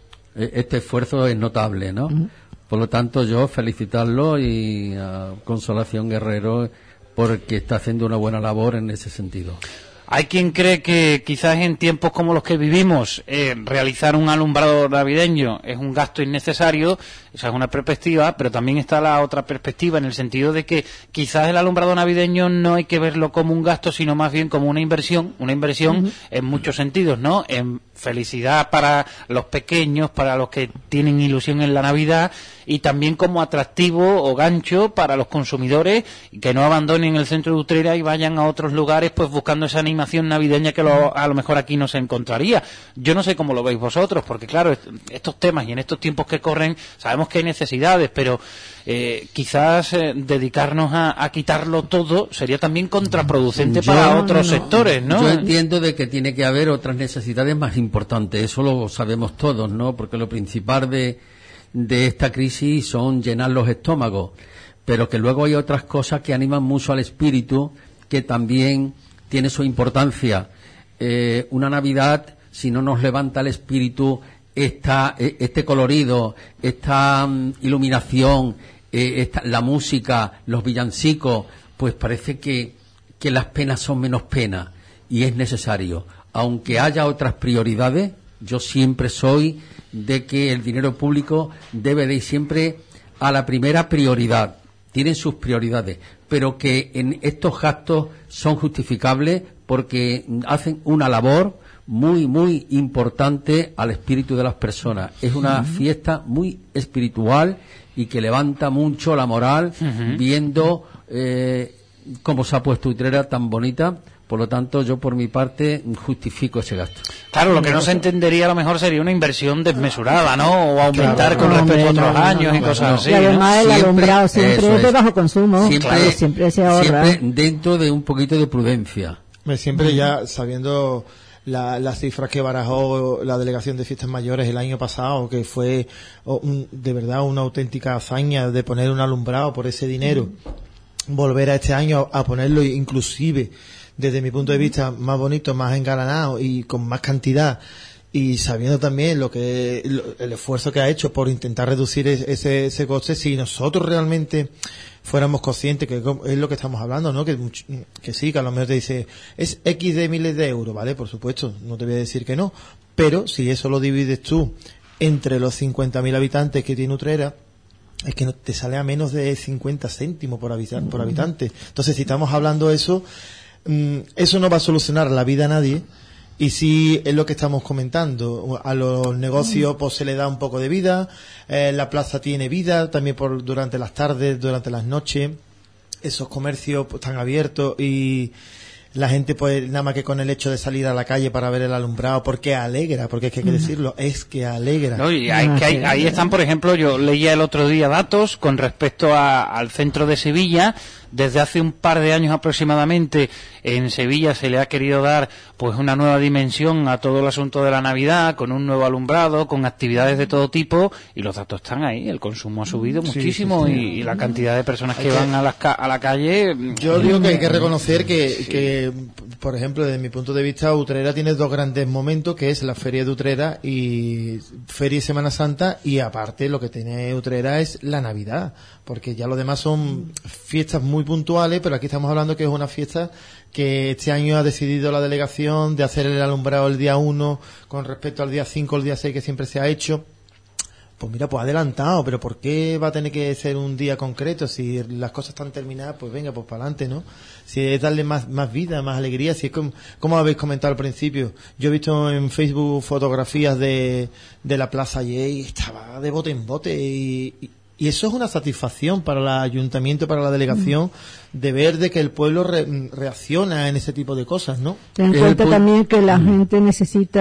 este esfuerzo es notable, ¿no? Uh-huh. Por lo tanto, yo felicitarlo y a Consolación Guerrero porque está haciendo una buena labor en ese sentido. Hay quien cree que quizás en tiempos como los que vivimos eh, realizar un alumbrado navideño es un gasto innecesario. Esa es una perspectiva, pero también está la otra perspectiva en el sentido de que quizás el alumbrado navideño no hay que verlo como un gasto, sino más bien como una inversión, una inversión uh-huh. en muchos sentidos, ¿no? En felicidad para los pequeños, para los que tienen ilusión en la Navidad, y también como atractivo o gancho para los consumidores que no abandonen el centro de Utrera y vayan a otros lugares pues buscando esa animación navideña que lo, a lo mejor aquí no se encontraría. Yo no sé cómo lo veis vosotros, porque claro, estos temas y en estos tiempos que corren sabemos que hay necesidades, pero eh, quizás eh, dedicarnos a, a quitarlo todo sería también contraproducente yo, para otros no, sectores, ¿no? Yo entiendo de que tiene que haber otras necesidades más importantes, eso lo sabemos todos, ¿no? Porque lo principal de, de esta crisis son llenar los estómagos, pero que luego hay otras cosas que animan mucho al espíritu, que también tiene su importancia. Eh, una Navidad, si no nos levanta el espíritu, esta, este colorido, esta um, iluminación, eh, esta, la música, los villancicos, pues parece que, que las penas son menos penas, y es necesario. Aunque haya otras prioridades, yo siempre soy de que el dinero público debe de ir siempre a la primera prioridad. Tienen sus prioridades, pero que en estos gastos son justificables porque hacen una labor muy, muy importante al espíritu de las personas. Es una uh-huh. fiesta muy espiritual y que levanta mucho la moral uh-huh. viendo eh, cómo se ha puesto Utrera tan bonita. Por lo tanto, yo por mi parte justifico ese gasto. Claro, lo que no se entendería a lo mejor sería una inversión desmesurada, ¿no? O aumentar claro, con no, respecto no, a otros no, años no, y cosas no. así. Y además ¿no? el alumbrado siempre, siempre es de bajo consumo. Siempre, claro, siempre se ahorra. Siempre dentro de un poquito de prudencia. Siempre ya sabiendo la, las cifras que barajó la Delegación de Fiestas Mayores el año pasado, que fue un, de verdad una auténtica hazaña de poner un alumbrado por ese dinero, mm. volver a este año a, a ponerlo inclusive desde mi punto de vista más bonito, más engalanado y con más cantidad, y sabiendo también lo que lo, el esfuerzo que ha hecho por intentar reducir ese, ese coste. Si nosotros realmente fuéramos conscientes, que es lo que estamos hablando, ¿no? Que, que sí, que a lo mejor te dice, es X de miles de euros, ¿vale? Por supuesto, no te voy a decir que no, pero si eso lo divides tú entre los cincuenta mil habitantes que tiene Utrera, es que no te sale a menos de cincuenta céntimos por, habita- por habitante. Entonces, si estamos hablando de eso, mmm, eso no va a solucionar la vida a nadie. Y sí, es lo que estamos comentando, a los negocios pues se le da un poco de vida, eh, la plaza tiene vida también por durante las tardes, durante las noches, esos comercios pues, están abiertos y la gente pues nada más que con el hecho de salir a la calle para ver el alumbrado, porque alegra, porque es que hay que decirlo, es que alegra. No, y hay, que hay, ahí están, por ejemplo, yo leía el otro día datos con respecto a, al centro de Sevilla. Desde hace un par de años aproximadamente en Sevilla se le ha querido dar pues una nueva dimensión a todo el asunto de la Navidad, con un nuevo alumbrado, con actividades de todo tipo, y los datos están ahí. El consumo ha subido sí, muchísimo sí, sí. Y, y la cantidad de personas que, que van a, las ca- a la calle. Yo digo que hay que reconocer que, sí. que, por ejemplo, desde mi punto de vista, Utrera tiene dos grandes momentos, que es la Feria de Utrera y Feria y Semana Santa, y aparte lo que tiene Utrera es la Navidad, porque ya lo demás son fiestas muy puntuales, pero aquí estamos hablando que es una fiesta que este año ha decidido la delegación de hacer el alumbrado el día uno con respecto al día cinco o el día seis que siempre se ha hecho. Pues mira, pues adelantado, pero ¿por qué va a tener que ser un día concreto? Si las cosas están terminadas, pues venga, pues para adelante, ¿no? Si es darle más, más vida, más alegría, si es como, como habéis comentado al principio. Yo he visto en Facebook fotografías de, de la Plaza ayer y estaba de bote en bote y, y Y eso es una satisfacción para el ayuntamiento, para la delegación, mm. de ver de que el pueblo re- reacciona en ese tipo de cosas, ¿no? Ten en cuenta también que la mm. gente necesita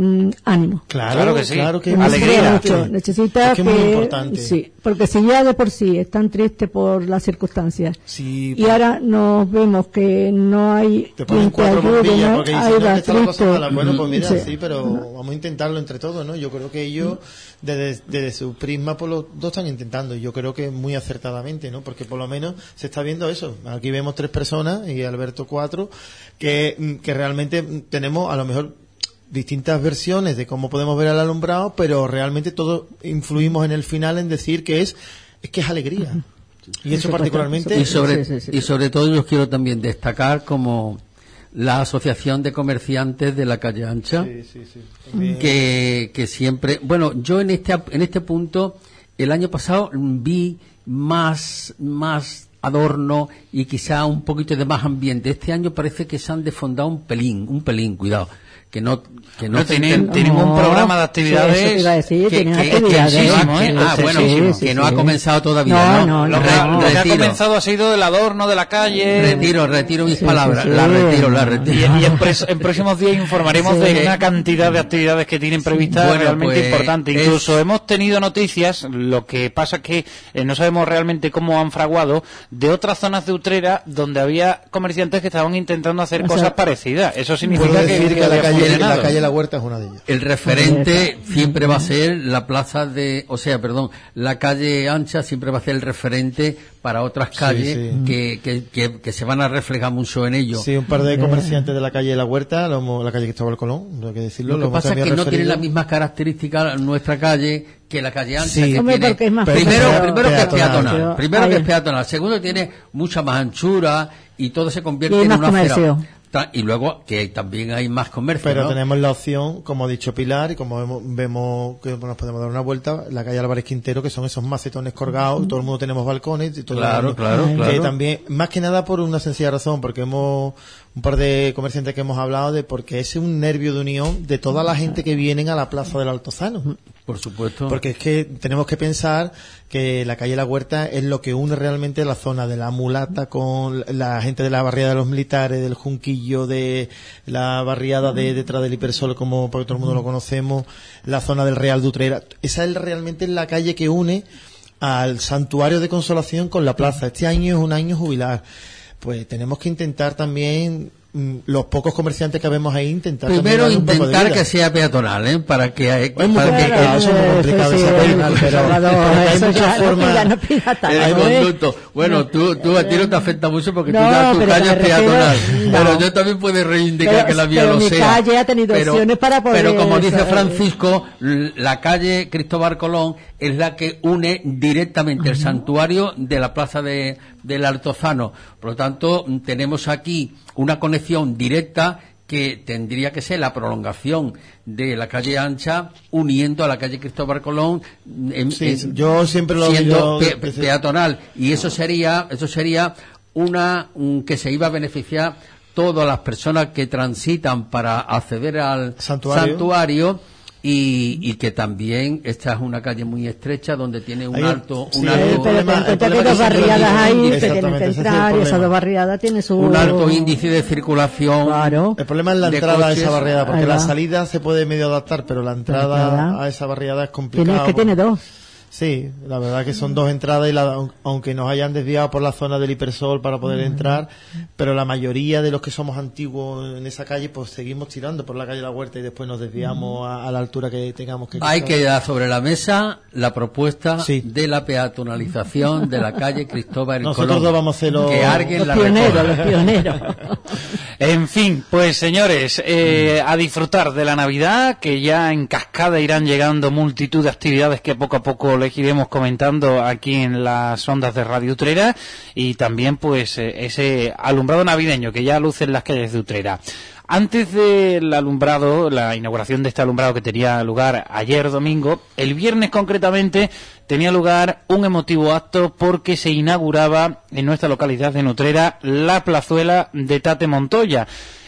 mm, ánimo. Claro, claro que sí. Claro que alegría. Mucho. Necesita es que, que, es muy importante. Sí, porque si ya de por sí están tristes por las circunstancias sí, y ahora nos vemos que no hay te ponen quien te cuatro ayude, bombillas ¿no? porque Ahí dicen, no, va, que está la cosa triste. mala. Bueno, pues mira, Sí. sí, pero vamos a intentarlo entre todos, ¿no? Yo creo que ellos, desde, desde su prisma, pues los dos están intentando, y yo creo que muy acertadamente, ¿no? Porque por lo menos se está viendo eso. Aquí vemos tres personas y Alberto cuatro, que, que realmente tenemos a lo mejor distintas versiones de cómo podemos ver al alumbrado, pero realmente todos influimos en el final en decir que es, es que es alegría. Y eso particularmente... Y sobre, sí, sí, sí. y sobre todo yo quiero también destacar como la Asociación de Comerciantes de la Calle Ancha, Sí, sí, sí. También- que, que siempre... Bueno, yo en este, en este punto, el año pasado vi más, más adorno y quizá un poquito de más ambiente. Este año parece que se han desfondado un pelín, un pelín, cuidado. Que no, que no No, tienen, no, tienen un programa de actividades Sí, eso te iba a decir, que, tienen que- que- actividades. extensísimo, ¿eh? que- ah, Sí, bueno, sí, que sí, no sí. ha comenzado todavía, No, ¿no? no, Lo no. que, no. lo que ha Retiro. comenzado ha sido el adorno de la calle. Retiro, retiro mis Sí, palabras, sí, sí. la retiro, la Y, retiro. y en, pres- en próximos días informaremos Sí. de una cantidad de actividades que tienen previstas Bueno, realmente pues, importantes. es- Incluso hemos tenido noticias, lo que pasa es que eh, no sabemos realmente cómo han fraguado, de otras zonas de Utrera donde había comerciantes que estaban intentando hacer O sea, cosas parecidas. Eso Puedo significa que, decir que, la, había calle, funcionado. la calle La Huerta es una de ellas. El referente siempre va a ser la plaza de, o sea, perdón, la calle Ancha siempre va a ser el referente para otras calles sí. Que, que, que, que se van a reflejar mucho en ello. Sí, un par de comerciantes de la calle La Huerta, lo hemos- la calle Cristóbal Colón, no hay que decirlo. Lo que hemos pasa es también que no tiene referido. las mismas características nuestra calle que la calle Ancha. Sí. que Hombre, tiene- porque es más primero, peatonal. primero que es Peatonal. peatonal, primero Ahí. que es peatonal, segundo que tiene mucha más anchura y todo se convierte Y hay en más una acera. comercio. Ta- Y luego que también hay más comercio, Pero ¿no? tenemos la opción, como ha dicho Pilar, y como vemos, vemos que nos podemos dar una vuelta, la calle Álvarez Quintero, que son esos macetones colgados, todo el mundo tenemos balcones, y todo el Claro, mundo- claro, que claro. también, más que nada por una sencilla razón, porque hemos, un par de comerciantes que hemos hablado de porque es un nervio de unión de toda la gente que vienen a la plaza del Altozano. Por supuesto. Porque es que tenemos que pensar que la calle La Huerta es lo que une realmente la zona de la Mulata con la gente de la barriada de los militares, del Junquillo, de la barriada de detrás del Hipersol, como porque todo el mundo lo conocemos, la zona del Real de Utrera. Esa es realmente la calle que une al Santuario de Consolación con la plaza. Este año es un año jubilar. Pues tenemos que intentar también, mm, los pocos comerciantes que vemos ahí, intentar también Primero darle un poco de intentar vida. que sea peatonal, ¿eh? Para que... Es muy para que- complicado, eso es muy complicado, Sí, esa sí, peatonal, pero Salvador, porque hay eso muchas ya no formas. pida, no pida tanto, El ¿eh? conducto. Bueno, tú, tú a ti no te afecta mucho porque tú No, ya tu pero calle me es refiero- peatonal. no. Pero yo también puedo reivindicar Pero- que la mía pero lo mi sea. calle ha tenido opciones para poder- Pero como dice ¿sabes? Francisco, l- la calle Cristóbal Colón es la que une directamente el santuario de la plaza de, del Altozano. Por lo tanto, mm, tenemos aquí una conexión directa que tendría que ser la prolongación de la calle Ancha uniendo a la calle Cristóbal Colón en- Sí, en- yo siempre lo siendo digo pe- desde- peatonal, y eso sería eso sería una mm, que se iba a beneficiar todas las personas que transitan para acceder al Santuario. santuario y, y que también esta es una calle muy estrecha donde tiene un Hay- alto sí, un hay Eh, alto el pero problema- ten en el cuenta que problema dos que siempre barriadas digo- ahí que Exactamente, tienen que ese es el entrar y esas problema. dos barriadas tienen su... un alto índice de circulación. Claro. El problema es la de entrada a coches. esa barriada, porque Ahí la va. salida se puede medio adaptar, pero la entrada entrada. a esa barriada es complicada. Tiene, es que tiene dos. Sí, la verdad que son dos entradas y la, aunque nos hayan desviado por la zona del Hipersol para poder entrar, pero la mayoría de los que somos antiguos en esa calle, pues seguimos tirando por la calle La Huerta y después nos desviamos a, a la altura que tengamos que Hay cruzar. que dar sobre la mesa la propuesta Sí. de la peatonalización de la calle Cristóbal Nosotros Colón. dos vamos a ser los- que alguien Los la pioneros, recoja. los pioneros. En fin, pues señores, eh, a disfrutar de la Navidad, que ya en cascada irán llegando multitud de actividades que poco a poco les iremos comentando aquí en las ondas de Radio Utrera, y también pues eh, ese alumbrado navideño que ya luce en las calles de Utrera. Antes del alumbrado, la inauguración de este alumbrado que tenía lugar ayer domingo, el viernes concretamente tenía lugar un emotivo acto porque se inauguraba en nuestra localidad de Utrera la plazuela de Tate Montoya.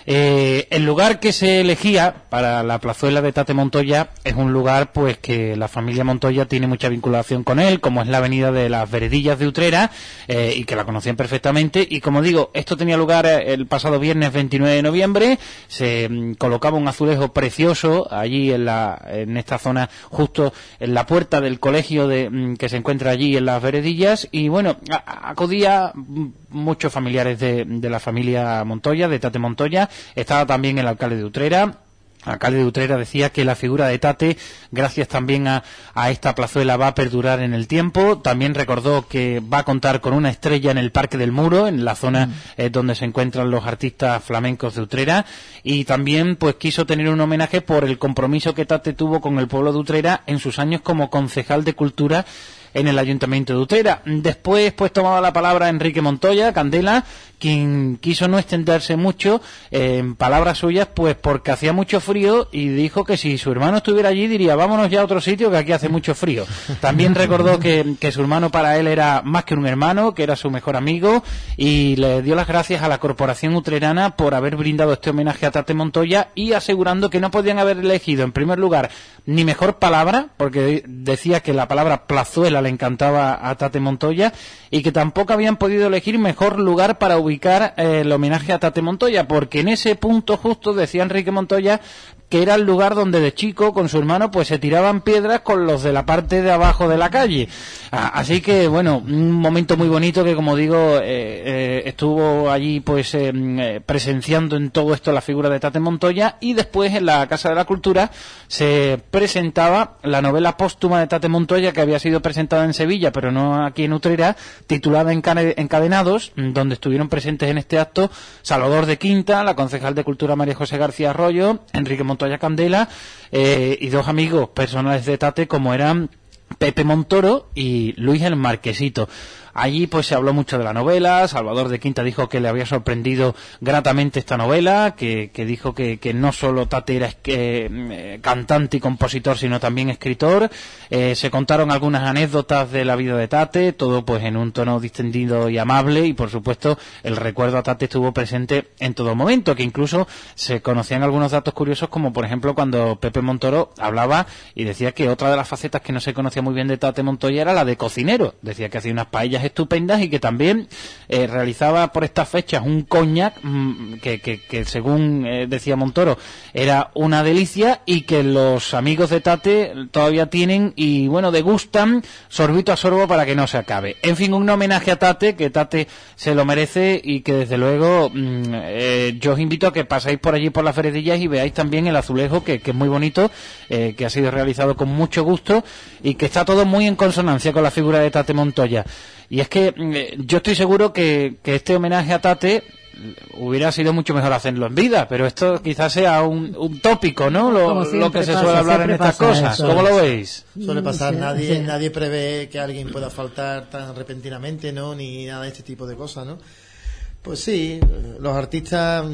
Eh, el lugar que se elegía para la plazuela de Tate Montoya es un lugar pues que la familia Montoya tiene mucha vinculación con él, como es la avenida de las Veredillas de Utrera, eh, y que la conocían perfectamente. Y como digo, esto tenía lugar el pasado viernes veintinueve de noviembre. Se mm, colocaba un azulejo precioso allí en la en esta zona, justo en la puerta del colegio de mm, que se encuentra allí en las Veredillas. Y bueno, a, acudía muchos familiares de, de la familia Montoya, de Tate Montoya. Estaba también el alcalde de Utrera. El alcalde de Utrera decía que la figura de Tate, gracias también a, a esta plazuela, va a perdurar en el tiempo. También recordó que va a contar con una estrella en el Parque del Muro, en la zona mm. eh, donde se encuentran los artistas flamencos de Utrera. Y también pues quiso tener un homenaje por el compromiso que Tate tuvo con el pueblo de Utrera en sus años como concejal de Cultura en el Ayuntamiento de Utrera. Después pues tomaba la palabra Enrique Montoya, Candela, quien quiso no extenderse mucho eh, en palabras suyas, pues porque hacía mucho frío, y dijo que si su hermano estuviera allí diría vámonos ya a otro sitio que aquí hace mucho frío. También recordó que, que su hermano para él era más que un hermano, que era su mejor amigo, y le dio las gracias a la Corporación Utrerana por haber brindado este homenaje a Tate Montoya, y asegurando que no podían haber elegido en primer lugar ni mejor palabra, porque decía que la palabra plazuela le encantaba a Tate Montoya, y que tampoco habían podido elegir mejor lugar para ubicar eh, el homenaje a Tate Montoya, porque en ese punto justo decía Enrique Montoya que era el lugar donde de chico con su hermano pues se tiraban piedras con los de la parte de abajo de la calle. Ah, así que bueno, un momento muy bonito que, como digo, eh, eh, estuvo allí pues eh, presenciando en todo esto la figura de Tate Montoya. Y después en la Casa de la Cultura se presentaba la novela póstuma de Tate Montoya, que había sido presentada en Sevilla pero no aquí en Utrera, titulada Encadenados, donde estuvieron presentes en este acto Salvador de Quinta, la concejal de Cultura María José García Arroyo, Enrique Montoya Candela, eh, y dos amigos personales de Tate como eran Pepe Montoro y Luis el Marquesito. Allí pues se habló mucho de la novela. Salvador de Quinta dijo que le había sorprendido gratamente esta novela, que, que dijo que, que no solo Tate era eh, cantante y compositor, sino también escritor. Eh, se contaron algunas anécdotas de la vida de Tate, todo pues en un tono distendido y amable, y por supuesto el recuerdo a Tate estuvo presente en todo momento, que incluso se conocían algunos datos curiosos, como por ejemplo cuando Pepe Montoro hablaba y decía que otra de las facetas que no se conocía muy bien de Tate Montoya era la de cocinero. Decía que hacía unas paellas estupendas y que también eh, realizaba por estas fechas un coñac mmm, que, que, que según eh, decía Montoro era una delicia, y que los amigos de Tate todavía tienen y bueno degustan sorbito a sorbo para que no se acabe. En fin, un homenaje a Tate, que Tate se lo merece, y que desde luego mmm, eh, yo os invito a que paséis por allí por las Veredillas y veáis también el azulejo, que, que es muy bonito, eh, que ha sido realizado con mucho gusto y que está todo muy en consonancia con la figura de Tate Montoya. Y es que eh, yo estoy seguro que, que este homenaje a Tate hubiera sido mucho mejor hacerlo en vida, pero esto quizás sea un, un tópico, ¿no? Lo, lo que se pasa, suele hablar en estas cosas. Eso. ¿Cómo lo veis? Suele pasar, sí, nadie sí. nadie prevé que alguien pueda faltar tan repentinamente, ¿no? Ni nada de este tipo de cosas, ¿no? Pues sí, los artistas,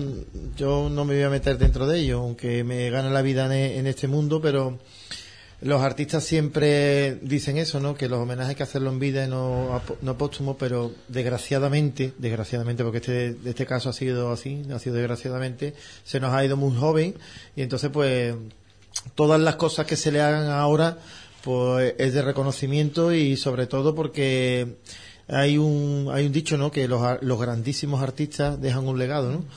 yo no me voy a meter dentro de ellos, aunque me gane la vida en, en este mundo, pero los artistas siempre dicen eso, ¿no? Que los homenajes hay que hacerlo en vida y no, no póstumo, pero desgraciadamente, desgraciadamente, porque este, este caso ha sido así, ha sido desgraciadamente, se nos ha ido muy joven, y entonces pues todas las cosas que se le hagan ahora pues es de reconocimiento, y sobre todo porque hay un hay un dicho, ¿no? Que los, los grandísimos artistas dejan un legado, ¿no?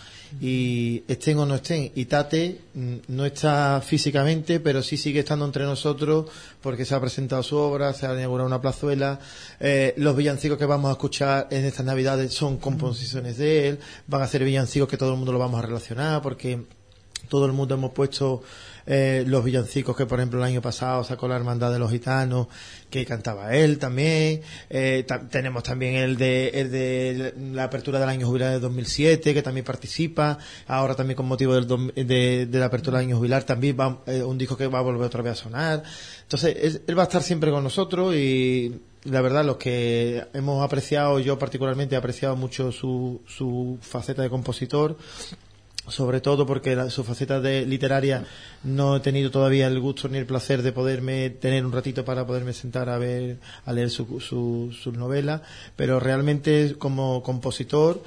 Y estén o no estén, y Tate no está físicamente, pero sí sigue estando entre nosotros, porque se ha presentado su obra, se ha inaugurado una plazuela, eh, los villancicos que vamos a escuchar en estas navidades son composiciones de él, van a ser villancicos que todo el mundo lo vamos a relacionar, porque todo el mundo hemos puesto eh, los villancicos que por ejemplo el año pasado sacó la Hermandad de los Gitanos, que cantaba él también. Eh, ta- tenemos también el de, el de la apertura del año jubilar de dos mil siete, que también participa. Ahora también con motivo del do, de, de la apertura del año jubilar también va eh, un disco que va a volver otra vez a sonar. Entonces es, él va a estar siempre con nosotros, y la verdad los que hemos apreciado, yo particularmente he apreciado mucho su, su faceta de compositor, sobre todo porque la, su faceta de literaria no he tenido todavía el gusto ni el placer de poderme tener un ratito para poderme sentar a ver, a leer su, su, sus novelas, pero realmente como compositor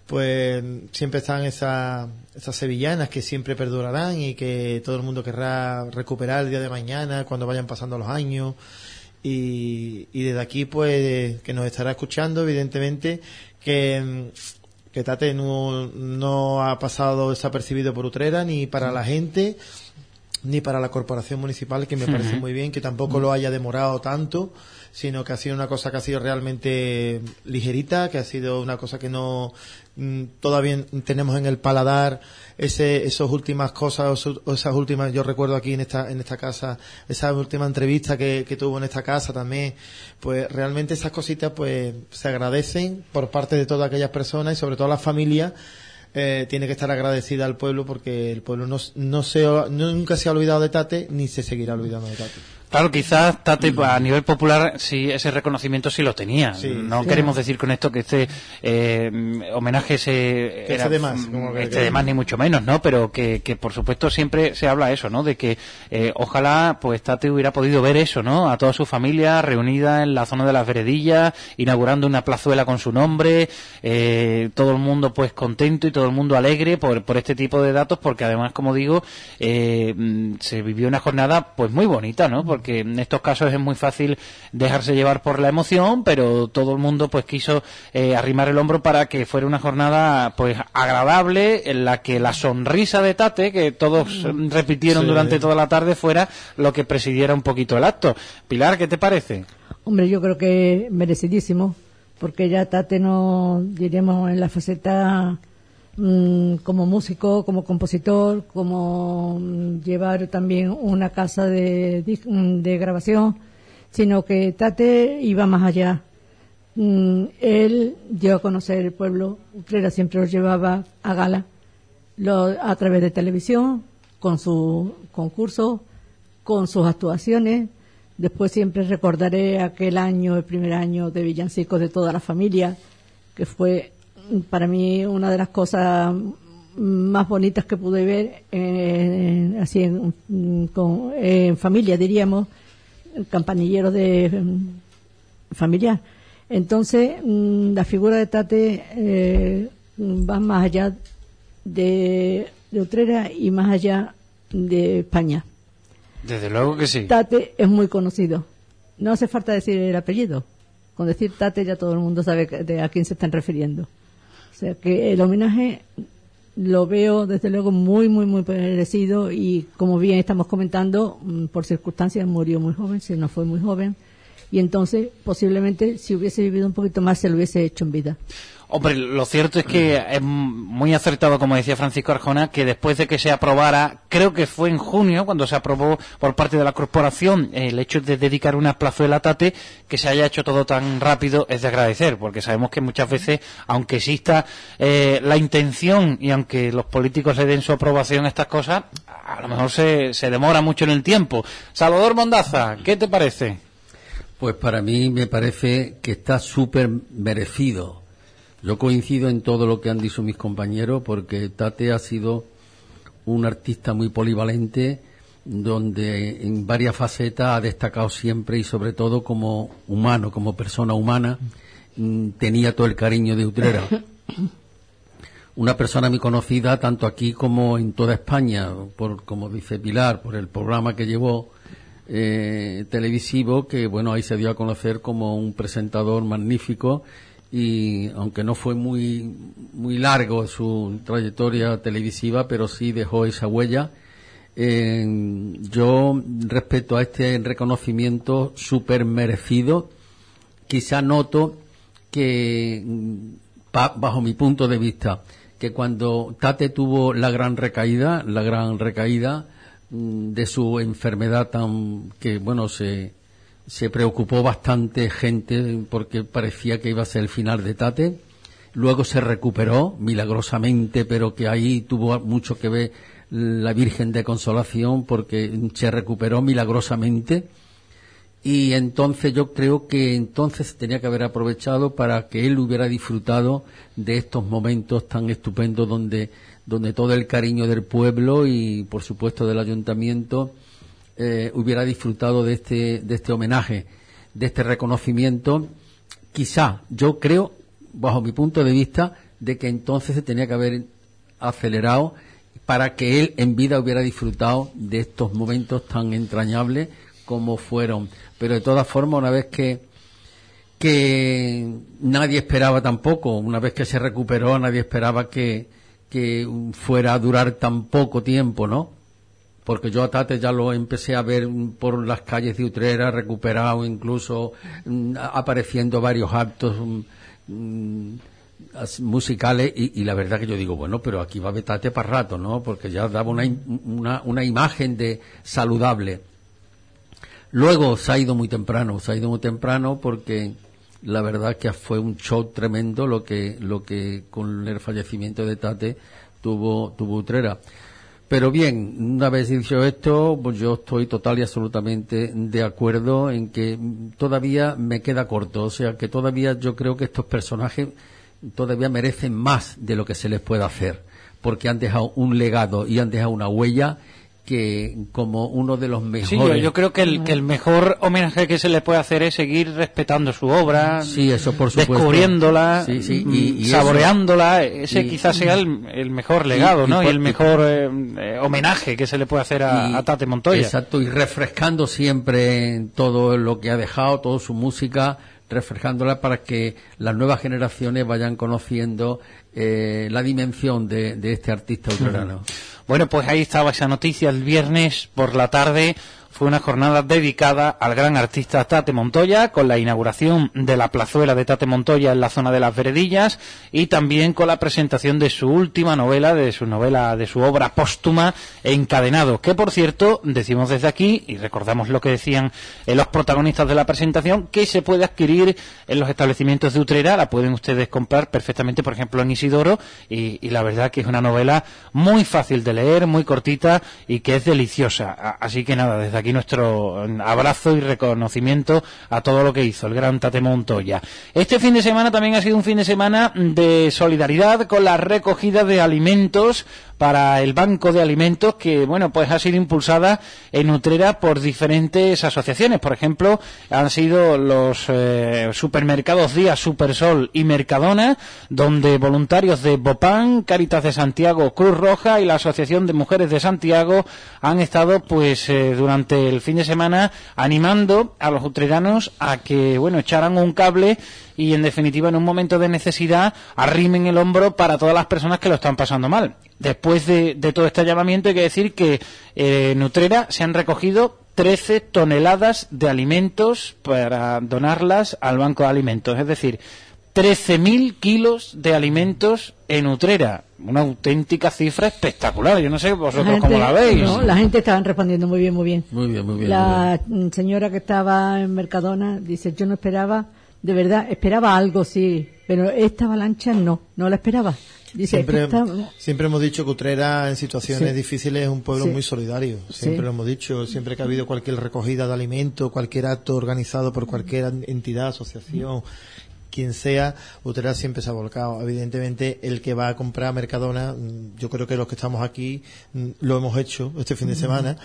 pues siempre están esas, esas sevillanas que siempre perdurarán y que todo el mundo querrá recuperar el día de mañana cuando vayan pasando los años. Y, y desde aquí, pues, que nos estará escuchando, evidentemente, que, que Tate no, no ha pasado desapercibido por Utrera, ni para la gente, ni para la corporación municipal, que me parece muy bien, que tampoco lo haya demorado tanto, sino que ha sido una cosa que ha sido realmente ligerita, que ha sido una cosa que no mm, todavía tenemos en el paladar ese esas últimas cosas, o esas últimas, yo recuerdo aquí en esta en esta casa, esa última entrevista que, que tuvo en esta casa también, pues realmente esas cositas pues se agradecen por parte de todas aquellas personas y sobre todo las familias. Eh, tiene que estar agradecida al pueblo porque el pueblo no, no se nunca se ha olvidado de Tate ni se seguirá olvidando de Tate. Claro, quizás Tate a nivel popular sí ese reconocimiento sí lo tenía. Sí, no sí. Queremos decir con esto que este eh, homenaje se que era, de más, como este de más ni mucho menos, ¿no? Pero que, que por supuesto siempre se habla eso, ¿no? De que eh, ojalá pues Tate hubiera podido ver eso, ¿no? A toda su familia reunida en la zona de las Veredillas, inaugurando una plazuela con su nombre, eh, todo el mundo pues contento y todo el mundo alegre por, por este tipo de datos, porque además, como digo, eh, se vivió una jornada pues muy bonita, ¿no? Porque que en estos casos es muy fácil dejarse llevar por la emoción, pero todo el mundo pues quiso eh, arrimar el hombro para que fuera una jornada pues agradable, en la que la sonrisa de Tate, que todos repitieron sí. durante toda la tarde, fuera lo que presidiera un poquito el acto. Pilar, ¿qué te parece? Hombre, yo creo que merecidísimo, porque ya Tate no, diríamos, en la faceta como músico, como compositor, como llevar también una casa de, de grabación, sino que Tate iba más allá. Él dio a conocer el pueblo. Utrera siempre lo llevaba a gala, lo, a través de televisión, con sus concursos, con sus actuaciones. Después siempre recordaré aquel año, el primer año de villancicos de toda la familia, que fue para mí una de las cosas más bonitas que pude ver eh, así en, con, en familia, diríamos, campanilleros de eh, familiar. Entonces la figura de Tate eh, va más allá de, de Utrera y más allá de España. Desde luego que sí. Tate es muy conocido, no hace falta decir el apellido, con decir Tate ya todo el mundo sabe de a quién se están refiriendo. O sea que el homenaje lo veo desde luego muy, muy, muy merecido, y como bien estamos comentando, por circunstancias murió muy joven, si no fue muy joven, y entonces posiblemente si hubiese vivido un poquito más se lo hubiese hecho en vida. Hombre, lo cierto es que es muy acertado, como decía Francisco Arjona, que después de que se aprobara, creo que fue en junio, cuando se aprobó por parte de la corporación el hecho de dedicar una plazuela a Tate, que se haya hecho todo tan rápido es de agradecer, porque sabemos que muchas veces, aunque exista eh, la intención y aunque los políticos le den su aprobación a estas cosas, a lo mejor se, se demora mucho en el tiempo. Salvador Mondaza, ¿qué te parece? Pues para mí me parece que está súper merecido. Yo coincido en todo lo que han dicho mis compañeros, porque Tate ha sido un artista muy polivalente, donde en varias facetas ha destacado siempre, y sobre todo como humano, como persona humana, tenía todo el cariño de Utrera. Una persona muy conocida tanto aquí como en toda España, por, como dice Pilar, por el programa que llevó eh, televisivo, que bueno, ahí se dio a conocer como un presentador magnífico. Y aunque no fue muy muy largo su trayectoria televisiva, pero sí dejó esa huella. Eh, yo, respecto a este reconocimiento súper merecido, quizá noto que, pa, bajo mi punto de vista, que cuando Tate tuvo la gran recaída, la gran recaída de su enfermedad tan, que bueno, se se preocupó bastante gente porque parecía que iba a ser el final de Tate. Luego se recuperó milagrosamente, pero que ahí tuvo mucho que ver la Virgen de Consolación, porque se recuperó milagrosamente. Y entonces yo creo que entonces tenía que haber aprovechado para que él hubiera disfrutado de estos momentos tan estupendos donde donde todo el cariño del pueblo y por supuesto del ayuntamiento Eh, hubiera disfrutado de este de este homenaje, de este reconocimiento. Quizá, yo creo, bajo mi punto de vista, de que entonces se tenía que haber acelerado para que él en vida hubiera disfrutado de estos momentos tan entrañables como fueron. Pero de todas formas, una vez que que nadie esperaba tampoco, una vez que se recuperó, nadie esperaba que, que fuera a durar tan poco tiempo, ¿no? Porque yo a Tate ya lo empecé a ver por las calles de Utrera, recuperado, incluso mm, apareciendo varios actos mm, musicales, y, y la verdad que yo digo, bueno, pero aquí va a haber Tate para rato, ¿no? Porque ya daba una, una, una imagen de saludable. Luego se ha ido muy temprano, se ha ido muy temprano porque la verdad que fue un show tremendo lo que, lo que con el fallecimiento de Tate tuvo, tuvo Utrera. Pero bien, una vez dicho esto, pues yo estoy total y absolutamente de acuerdo en que todavía me queda corto. O sea, que todavía yo creo que estos personajes todavía merecen más de lo que se les puede hacer, porque han dejado un legado y han dejado una huella que como uno de los mejores. Sí, yo, yo creo que el, que el mejor homenaje que se le puede hacer es seguir respetando su obra, sí, eso por supuesto, descubriéndola, sí, sí, y, y saboreándola. Eso, ese y, quizás sea el, el mejor legado, y, ¿no? Y, y el mejor eh, homenaje que se le puede hacer a, y, a Tate Montoya. Exacto, y refrescando siempre todo lo que ha dejado, toda su música, refrescándola para que las nuevas generaciones vayan conociendo eh, la dimensión de, de este artista utrerano. Bueno, pues ahí estaba esa noticia el viernes por la tarde. Fue una jornada dedicada al gran artista Tate Montoya, con la inauguración de la plazuela de Tate Montoya en la zona de las Veredillas, y también con la presentación de su última novela, de su novela, de su obra póstuma, Encadenado, que por cierto, decimos desde aquí, y recordamos lo que decían eh, los protagonistas de la presentación, que se puede adquirir en los establecimientos de Utrera. La pueden ustedes comprar perfectamente, por ejemplo, en Isidoro, y, y la verdad que es una novela muy fácil de leer, muy cortita, y que es deliciosa. Así que nada, desde aquí nuestro abrazo y reconocimiento a todo lo que hizo el gran Tate Montoya. Este fin de semana también ha sido un fin de semana de solidaridad con la recogida de alimentos para el Banco de Alimentos, que bueno, pues ha sido impulsada en Utrera por diferentes asociaciones. Por ejemplo, han sido los eh, supermercados Día, Supersol y Mercadona, donde voluntarios de Bopán, Cáritas de Santiago, Cruz Roja y la Asociación de Mujeres de Santiago han estado pues eh, durante el fin de semana animando a los utreranos a que bueno, echaran un cable y en definitiva en un momento de necesidad arrimen el hombro para todas las personas que lo están pasando mal. Después de, de todo este llamamiento hay que decir que eh, en Utrera se han recogido trece toneladas de alimentos para donarlas al Banco de Alimentos, es decir, trece mil kilos de alimentos en Utrera. Una auténtica cifra espectacular. Yo no sé vosotros gente, cómo la veis. No, la gente estaba respondiendo muy bien, muy bien. Muy bien, muy bien. La muy bien. señora que estaba en Mercadona dice, yo no esperaba, de verdad, esperaba algo, sí, pero esta avalancha no, no la esperaba. Dice, siempre, está... siempre hemos dicho que Utrera en situaciones sí. difíciles es un pueblo sí. muy solidario. Siempre sí. lo hemos dicho. Siempre que ha habido cualquier recogida de alimentos, cualquier acto organizado por cualquier entidad, asociación, quien sea, Utrera siempre se ha volcado. Evidentemente, el que va a comprar a Mercadona, yo creo que los que estamos aquí lo hemos hecho este fin de semana.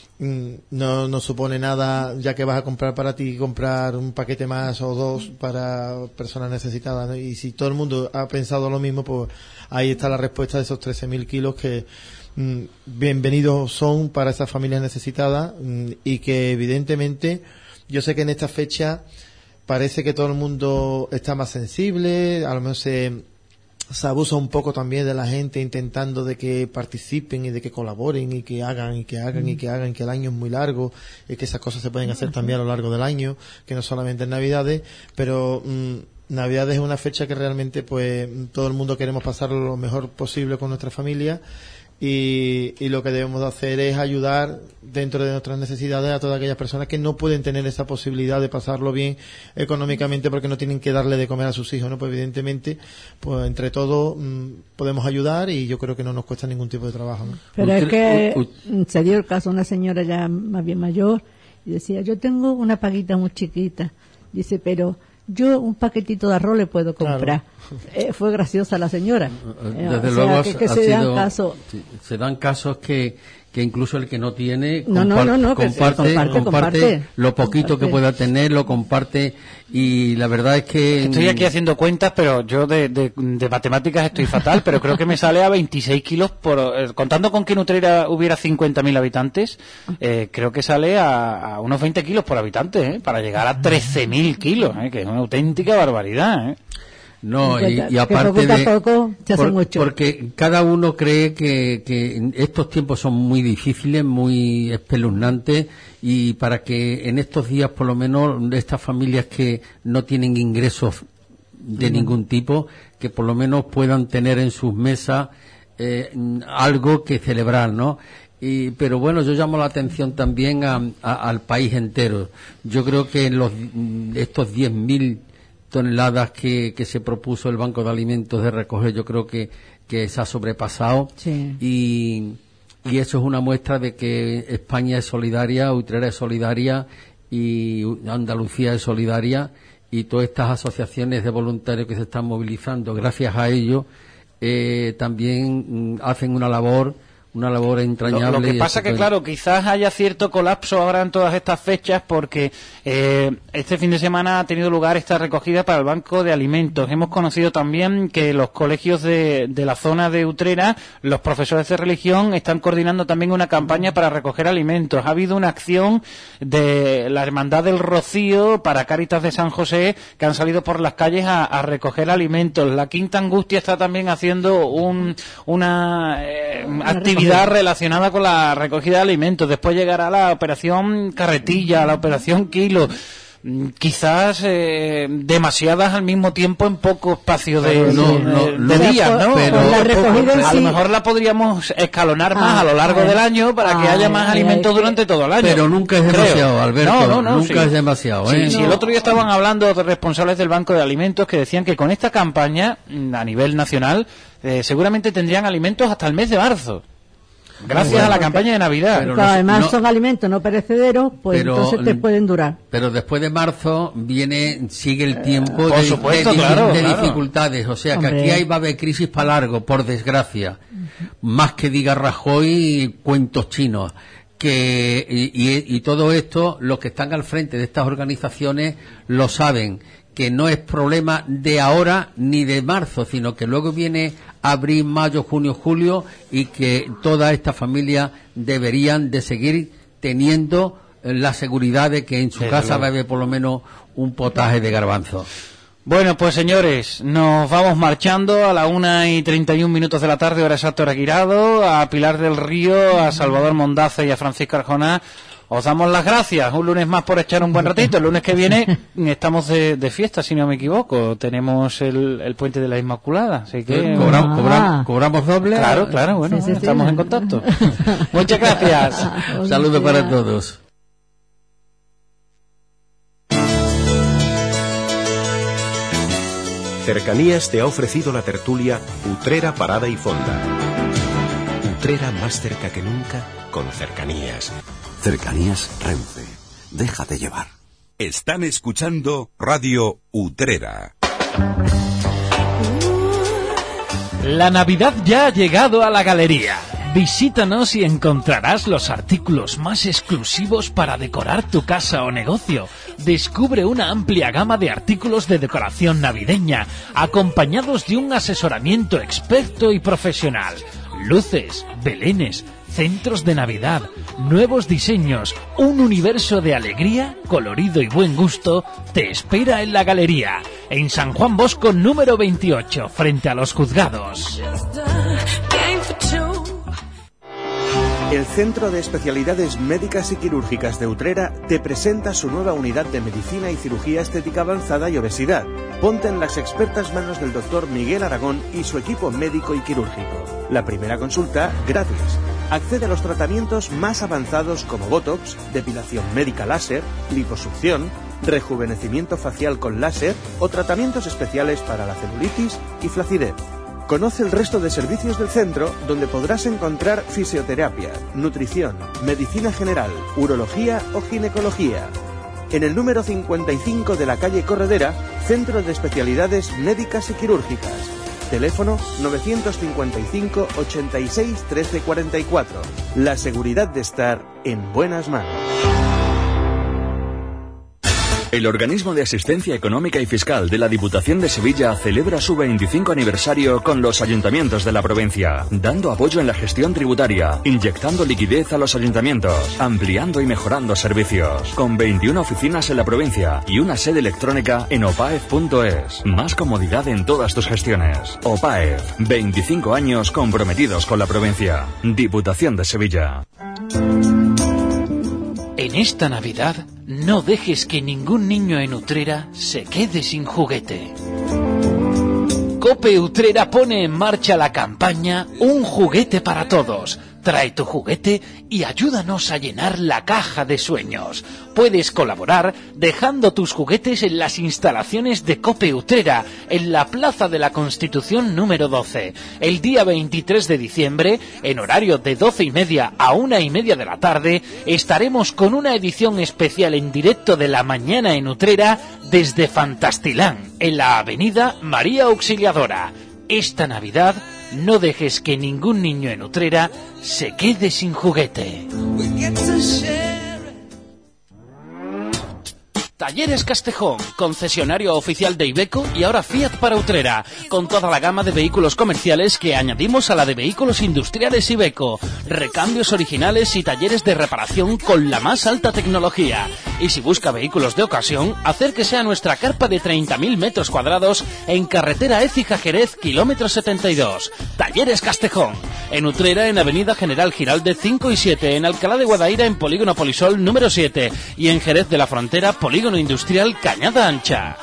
No, no supone nada, ya que vas a comprar para ti, comprar un paquete más o dos para personas necesitadas, ¿no? Y si todo el mundo ha pensado lo mismo, pues ahí está la respuesta de esos trece mil kilos que mm, bienvenidos son para esas familias necesitadas mm, y que evidentemente yo sé que en esta fecha parece que todo el mundo está más sensible, a lo mejor se se abusa un poco también de la gente intentando de que participen y de que colaboren y que hagan y que hagan mm. y que hagan, que el año es muy largo y que esas cosas se pueden hacer también a lo largo del año, que no solamente en Navidades, pero mmm, Navidades es una fecha que realmente pues todo el mundo queremos pasarlo lo mejor posible con nuestra familia. Y, y lo que debemos de hacer es ayudar dentro de nuestras necesidades a todas aquellas personas que no pueden tener esa posibilidad de pasarlo bien económicamente porque no tienen que darle de comer a sus hijos, ¿no? Pues evidentemente, pues entre todos mmm, podemos ayudar y yo creo que no nos cuesta ningún tipo de trabajo, ¿no? Pero es que se dio el caso de una señora ya más bien mayor y decía, yo tengo una paguita muy chiquita, dice, pero yo un paquetito de arroz le puedo comprar. Claro. Eh, fue graciosa la señora. Desde eh, luego o sea, que, que ha se, sido, dan caso. se dan casos que, que incluso el que no tiene no, no, no, no, comparte, comparte, comparte, comparte lo poquito comparte. que pueda tener, lo comparte, y la verdad es que... Estoy aquí haciendo cuentas, pero yo de, de, de matemáticas estoy fatal, pero creo que me sale a veintiséis kilos por... Eh, contando con que en Utrera hubiera cincuenta mil habitantes, eh, creo que sale a, a unos veinte kilos por habitante, eh, para llegar a trece mil kilos, eh, que es una auténtica barbaridad, eh. No, y, y aparte de por, porque cada uno cree que, que estos tiempos son muy difíciles, muy espeluznantes, y para que en estos días por lo menos estas familias que no tienen ingresos de mm. ningún tipo, que por lo menos puedan tener en sus mesas eh, algo que celebrar, ¿no? Y, pero bueno, yo llamo la atención también a, a, al país entero. Yo creo que en los, estos diez mil toneladas que, que se propuso el Banco de Alimentos de recoger, yo creo que, que se ha sobrepasado, sí. y, y eso es una muestra de que España es solidaria, Utrera es solidaria y Andalucía es solidaria, y todas estas asociaciones de voluntarios que se están movilizando, gracias a ello, eh, también mm, hacen una labor una labor entrañable. Lo, lo que pasa que, claro, quizás haya cierto colapso ahora en todas estas fechas porque eh, este fin de semana ha tenido lugar esta recogida para el Banco de Alimentos. Hemos conocido también que los colegios de, de la zona de Utrera, los profesores de religión, están coordinando también una campaña para recoger alimentos. Ha habido una acción de la Hermandad del Rocío para Cáritas de San José, que han salido por las calles a, a recoger alimentos. La Quinta Angustia está también haciendo un, una eh, actividad relacionada con la recogida de alimentos. Después llegará la operación Carretilla, la operación Kilo. Quizás eh, demasiadas al mismo tiempo en poco espacio de, no, no, de, de días, ¿no? Pero, a sí. lo mejor la podríamos escalonar más ah, a lo largo ah, del año para ah, que haya más ah, alimentos eh, durante todo el año. Pero nunca es demasiado, creo. Alberto. No, no, no, nunca sí. es demasiado. ¿eh? Sí, no. sí, el otro día estaban hablando de responsables del Banco de Alimentos que decían que con esta campaña a nivel nacional eh, seguramente tendrían alimentos hasta el mes de marzo. Gracias bueno, a la campaña de Navidad. Pero no, además no, son alimentos no perecederos, pues pero, entonces te pueden durar. Pero después de marzo viene sigue el tiempo eh, de, supuesto, de, claro, de claro. dificultades. O sea, Hombre. que aquí hay, va a haber crisis para largo, por desgracia. Uh-huh. Más que diga Rajoy, cuentos chinos. Que y, y, y todo esto, los que están al frente de estas organizaciones lo saben, que no es problema de ahora ni de marzo, sino que luego viene abril, mayo, junio, julio, y que toda esta familia deberían de seguir teniendo la seguridad de que en su sí, casa claro. va a haber por lo menos un potaje de garbanzo. Bueno, pues señores, nos vamos marchando a la una y treinta y un minutos de la tarde, hora exacta, hora Guirado, a Pilar del Río, a Salvador Mondaza y a Francisco Arjona. Os damos las gracias, un lunes más por echar un buen ratito. El lunes que viene estamos de, de fiesta, si no me equivoco. Tenemos el, el Puente de la Inmaculada, así que... ¿Cobramos, cobramos, cobramos doble? Claro, claro, bueno, sí, sí, estamos sí. en contacto. Muchas gracias. Un saludo para todos. Cercanías te ha ofrecido la tertulia Utrera Parada y Fonda. Utrera más cerca que nunca con cercanías. Cercanías Renfe. Déjate llevar. Están escuchando Radio Utrera. La Navidad ya ha llegado a la galería. Visítanos y encontrarás los artículos más exclusivos para decorar tu casa o negocio. Descubre una amplia gama de artículos de decoración navideña, acompañados de un asesoramiento experto y profesional. Luces, belenes, centros de Navidad, nuevos diseños, un universo de alegría, colorido y buen gusto te espera en la galería, en San Juan Bosco número veintiocho, frente a los juzgados. El Centro de Especialidades Médicas y Quirúrgicas de Utrera te presenta su nueva unidad de Medicina y Cirugía Estética Avanzada y Obesidad. Ponte en las expertas manos del doctor Miguel Aragón y su equipo médico y quirúrgico. La primera consulta, gratis. Accede a los tratamientos más avanzados como Botox, depilación médica láser, liposucción, rejuvenecimiento facial con láser o tratamientos especiales para la celulitis y flacidez. Conoce el resto de servicios del centro, donde podrás encontrar fisioterapia, nutrición, medicina general, urología o ginecología. En el número cincuenta y cinco de la calle Corredera, Centro de Especialidades Médicas y Quirúrgicas. Teléfono novecientos cincuenta y cinco, ochenta y seis, trece cuarenta y cuatro. La seguridad de estar en buenas manos. El Organismo de Asistencia Económica y Fiscal de la Diputación de Sevilla celebra su veinticinco aniversario con los ayuntamientos de la provincia, dando apoyo en la gestión tributaria, inyectando liquidez a los ayuntamientos, ampliando y mejorando servicios, con veintiuna oficinas en la provincia y una sede electrónica en opaef punto es. Más comodidad en todas tus gestiones. OPAEF, veinticinco años comprometidos con la provincia. Diputación de Sevilla. En esta Navidad, no dejes que ningún niño en Utrera se quede sin juguete. Cope Utrera pone en marcha la campaña Un juguete para todos. Trae tu juguete y ayúdanos a llenar la caja de sueños. Puedes colaborar dejando tus juguetes en las instalaciones de Cope Utrera, en la Plaza de la Constitución número doce. El día veintitrés de diciembre, en horario de doce y media a una y media de la tarde, estaremos con una edición especial en directo de la mañana en Utrera desde Fantastilán, en la avenida María Auxiliadora. Esta Navidad, no dejes que ningún niño en Utrera se quede sin juguete. Talleres Castejón, concesionario oficial de Iveco y ahora Fiat para Utrera, con toda la gama de vehículos comerciales que añadimos a la de vehículos industriales Iveco, recambios originales y talleres de reparación con la más alta tecnología. Y si busca vehículos de ocasión, acérquese a nuestra carpa de treinta mil metros cuadrados en carretera Écija-Jerez, kilómetro setenta y dos. Talleres Castejón, en Utrera en avenida General Giraldez cinco y siete, en Alcalá de Guadaira en Polígono Polisol número siete y en Jerez de la Frontera, Polígono Industrial Cañada Ancha.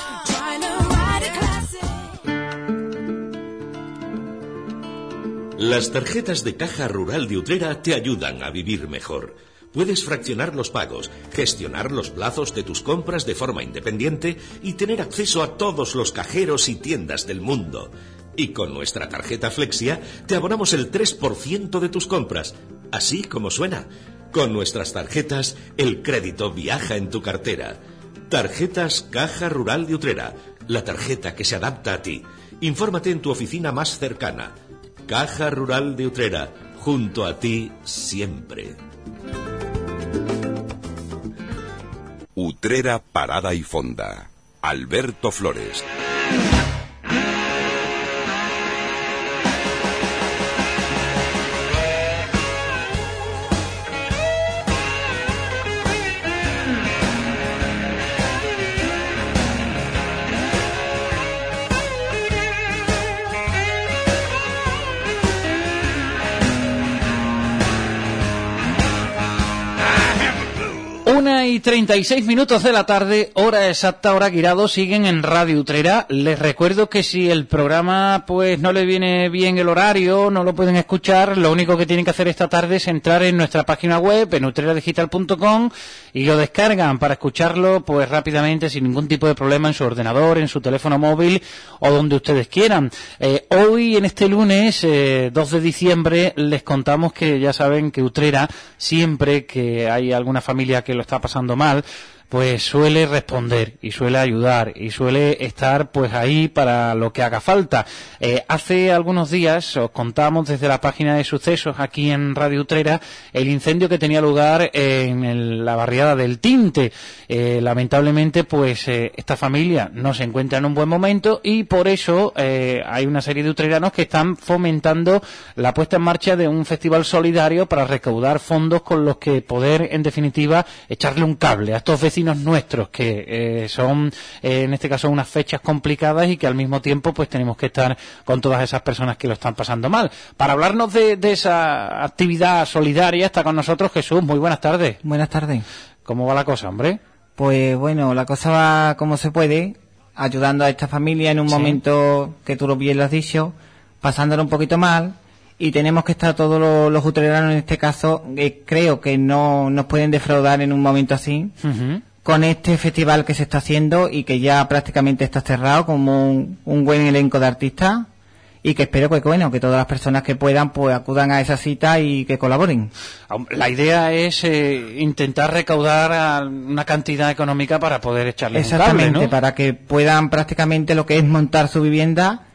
Las tarjetas de Caja Rural de Utrera te ayudan a vivir mejor. Puedes fraccionar los pagos, gestionar los plazos de tus compras de forma independiente y tener acceso a todos los cajeros y tiendas del mundo. Y con nuestra tarjeta Flexia te abonamos el tres por ciento de tus compras, así como suena. Con nuestras tarjetas, el crédito viaja en tu cartera. Tarjetas Caja Rural de Utrera, la tarjeta que se adapta a ti. Infórmate en tu oficina más cercana. Caja Rural de Utrera, junto a ti siempre. Utrera Parada y Fonda. Alberto Flores. Una y treinta y seis minutos de la tarde, hora exacta, hora Guirado, siguen en Radio Utrera. Les recuerdo que si el programa pues no le viene bien el horario, no lo pueden escuchar, lo único que tienen que hacer esta tarde es entrar en nuestra página web, en utrera digital punto com, y lo descargan para escucharlo pues rápidamente, sin ningún tipo de problema, en su ordenador, en su teléfono móvil o donde ustedes quieran. Eh, hoy, en este lunes, eh, dos de diciembre, les contamos que ya saben que Utrera, siempre que hay alguna familia que lo está pasando mal, pues suele responder y suele ayudar y suele estar pues ahí para lo que haga falta. Eh, hace algunos días os contamos desde la página de sucesos aquí en Radio Utrera el incendio que tenía lugar en el, la barriada del Tinte. Eh, lamentablemente pues eh, esta familia no se encuentra en un buen momento y por eso eh, hay una serie de utreranos que están fomentando la puesta en marcha de un festival solidario para recaudar fondos con los que poder en definitiva echarle un cable a estos vecinos nuestros que eh, son eh, en este caso unas fechas complicadas y que al mismo tiempo pues tenemos que estar con todas esas personas que lo están pasando mal. Para hablarnos de, de esa actividad solidaria está con nosotros Jesús. Muy buenas tardes. Buenas tardes. ¿Cómo va la cosa, hombre? Pues bueno, la cosa va como se puede, ayudando a esta familia en un sí. momento que tú lo bien lo has dicho, pasándolo un poquito mal. Y tenemos que estar todos los, los utreranos en este caso, eh, creo que no nos pueden defraudar en un momento así. Uh-huh. Con este festival que se está haciendo y que ya prácticamente está cerrado como un, un buen elenco de artistas y que espero que bueno que todas las personas que puedan pues acudan a esa cita y que colaboren. La idea es eh, intentar recaudar una cantidad económica para poder echarles un cable, ¿no? Exactamente, para que puedan prácticamente lo que es montar su vivienda,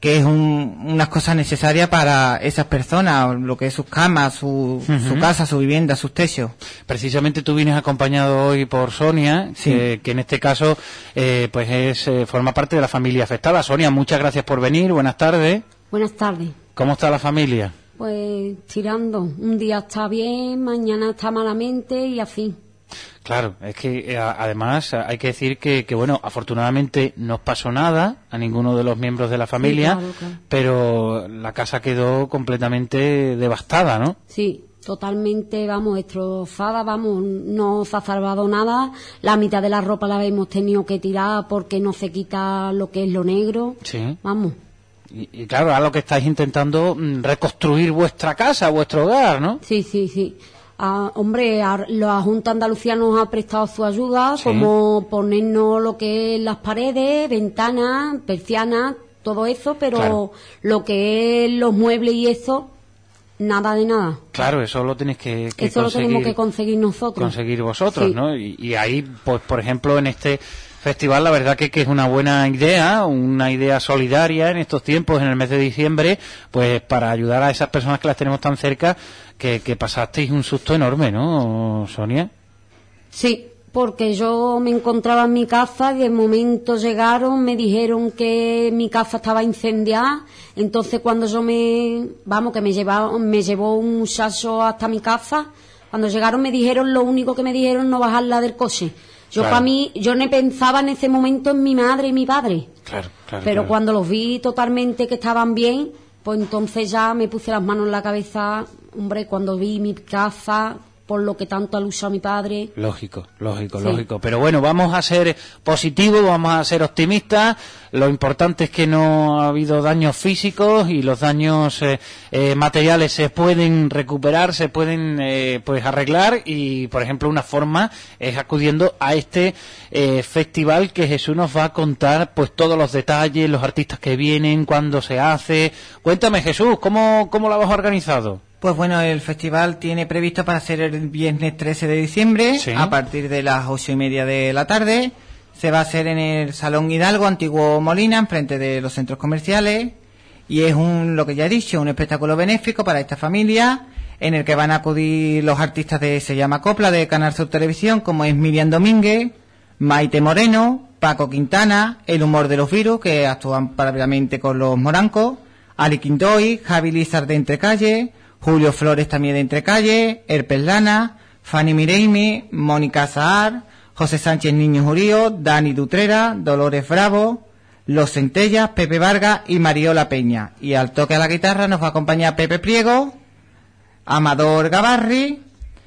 que es un, unas cosas necesarias para esas personas, lo que es sus camas, su, uh-huh. su casa, su vivienda, sus techos. Precisamente tú vienes acompañado hoy por Sonia, sí. que, que en este caso eh, pues es eh, forma parte de la familia afectada. Sonia, muchas gracias por venir, buenas tardes. Buenas tardes. ¿Cómo está la familia? Pues tirando, un día está bien, mañana está malamente y así. Claro, es que eh, además hay que decir que, que, bueno, afortunadamente no pasó nada a ninguno de los miembros de la familia, sí, claro, claro. Pero la casa quedó completamente devastada, ¿no? Sí, totalmente, vamos, destrozada, vamos, no se ha salvado nada. La mitad de la ropa la hemos tenido que tirar porque no se quita lo que es lo negro. Sí. Vamos. Y, y claro, ahora lo que estáis intentando mm, reconstruir vuestra casa, vuestro hogar, ¿no? Sí, sí, sí. Ah, hombre, a, la Junta de Andalucía nos ha prestado su ayuda, sí. como ponernos lo que es las paredes, ventanas, persianas, todo eso, pero claro. lo que es los muebles y eso, nada de nada. Claro, eso lo tenéis que, que eso conseguir, lo tenemos que conseguir nosotros. Conseguir vosotros, sí. ¿no? Y, y ahí, pues, por ejemplo, en este festival, la verdad que, que es una buena idea, una idea solidaria en estos tiempos, en el mes de diciembre, pues para ayudar a esas personas que las tenemos tan cerca, que, que pasasteis un susto enorme, ¿no, Sonia? Sí, porque yo me encontraba en mi casa y de momento llegaron, me dijeron que mi casa estaba incendiada, entonces cuando yo me, vamos, que me llevaba, me llevó un muchacho hasta mi casa, cuando llegaron me dijeron, lo único que me dijeron, no bajarla del coche. Yo claro. para mí, yo no pensaba en ese momento en mi madre y mi padre. Claro, claro. Pero claro. cuando los vi totalmente que estaban bien, pues entonces ya me puse las manos en la cabeza, hombre, cuando vi mi casa, por lo que tanto ha luchado mi padre. Lógico, lógico, sí. lógico. Pero bueno, vamos a ser positivos, vamos a ser optimistas. Lo importante es que no ha habido daños físicos y los daños eh, eh, materiales se pueden recuperar, se pueden eh, pues arreglar y, por ejemplo, una forma es acudiendo a este eh, festival que Jesús nos va a contar pues todos los detalles, los artistas que vienen, cuándo se hace. Cuéntame, Jesús, ¿cómo, cómo lo habéis organizado? Pues bueno, el festival tiene previsto para ser el viernes trece de diciembre, sí. a partir de las ocho y media de la tarde. Se va a hacer en el Salón Hidalgo, Antiguo Molina, enfrente de los centros comerciales. Y es un, lo que ya he dicho, un espectáculo benéfico para esta familia, en el que van a acudir los artistas de Se Llama Copla, de Canal Sur Televisión, como es Miriam Domínguez, Maite Moreno, Paco Quintana, El Humor de los Virus, que actúan paralelamente con los Morancos, Ali Quintoy, Javi Lizar de Entrecalle, Julio Flores también de Entrecalle, Herpes Lana, Fanny Mireimi, Mónica Zahar, José Sánchez Niño Jurío, Dani Dutrera, Dolores Bravo, Los Centellas, Pepe Vargas y Mariola Peña. Y al toque a la guitarra nos va a acompañar Pepe Priego, Amador Gavarri.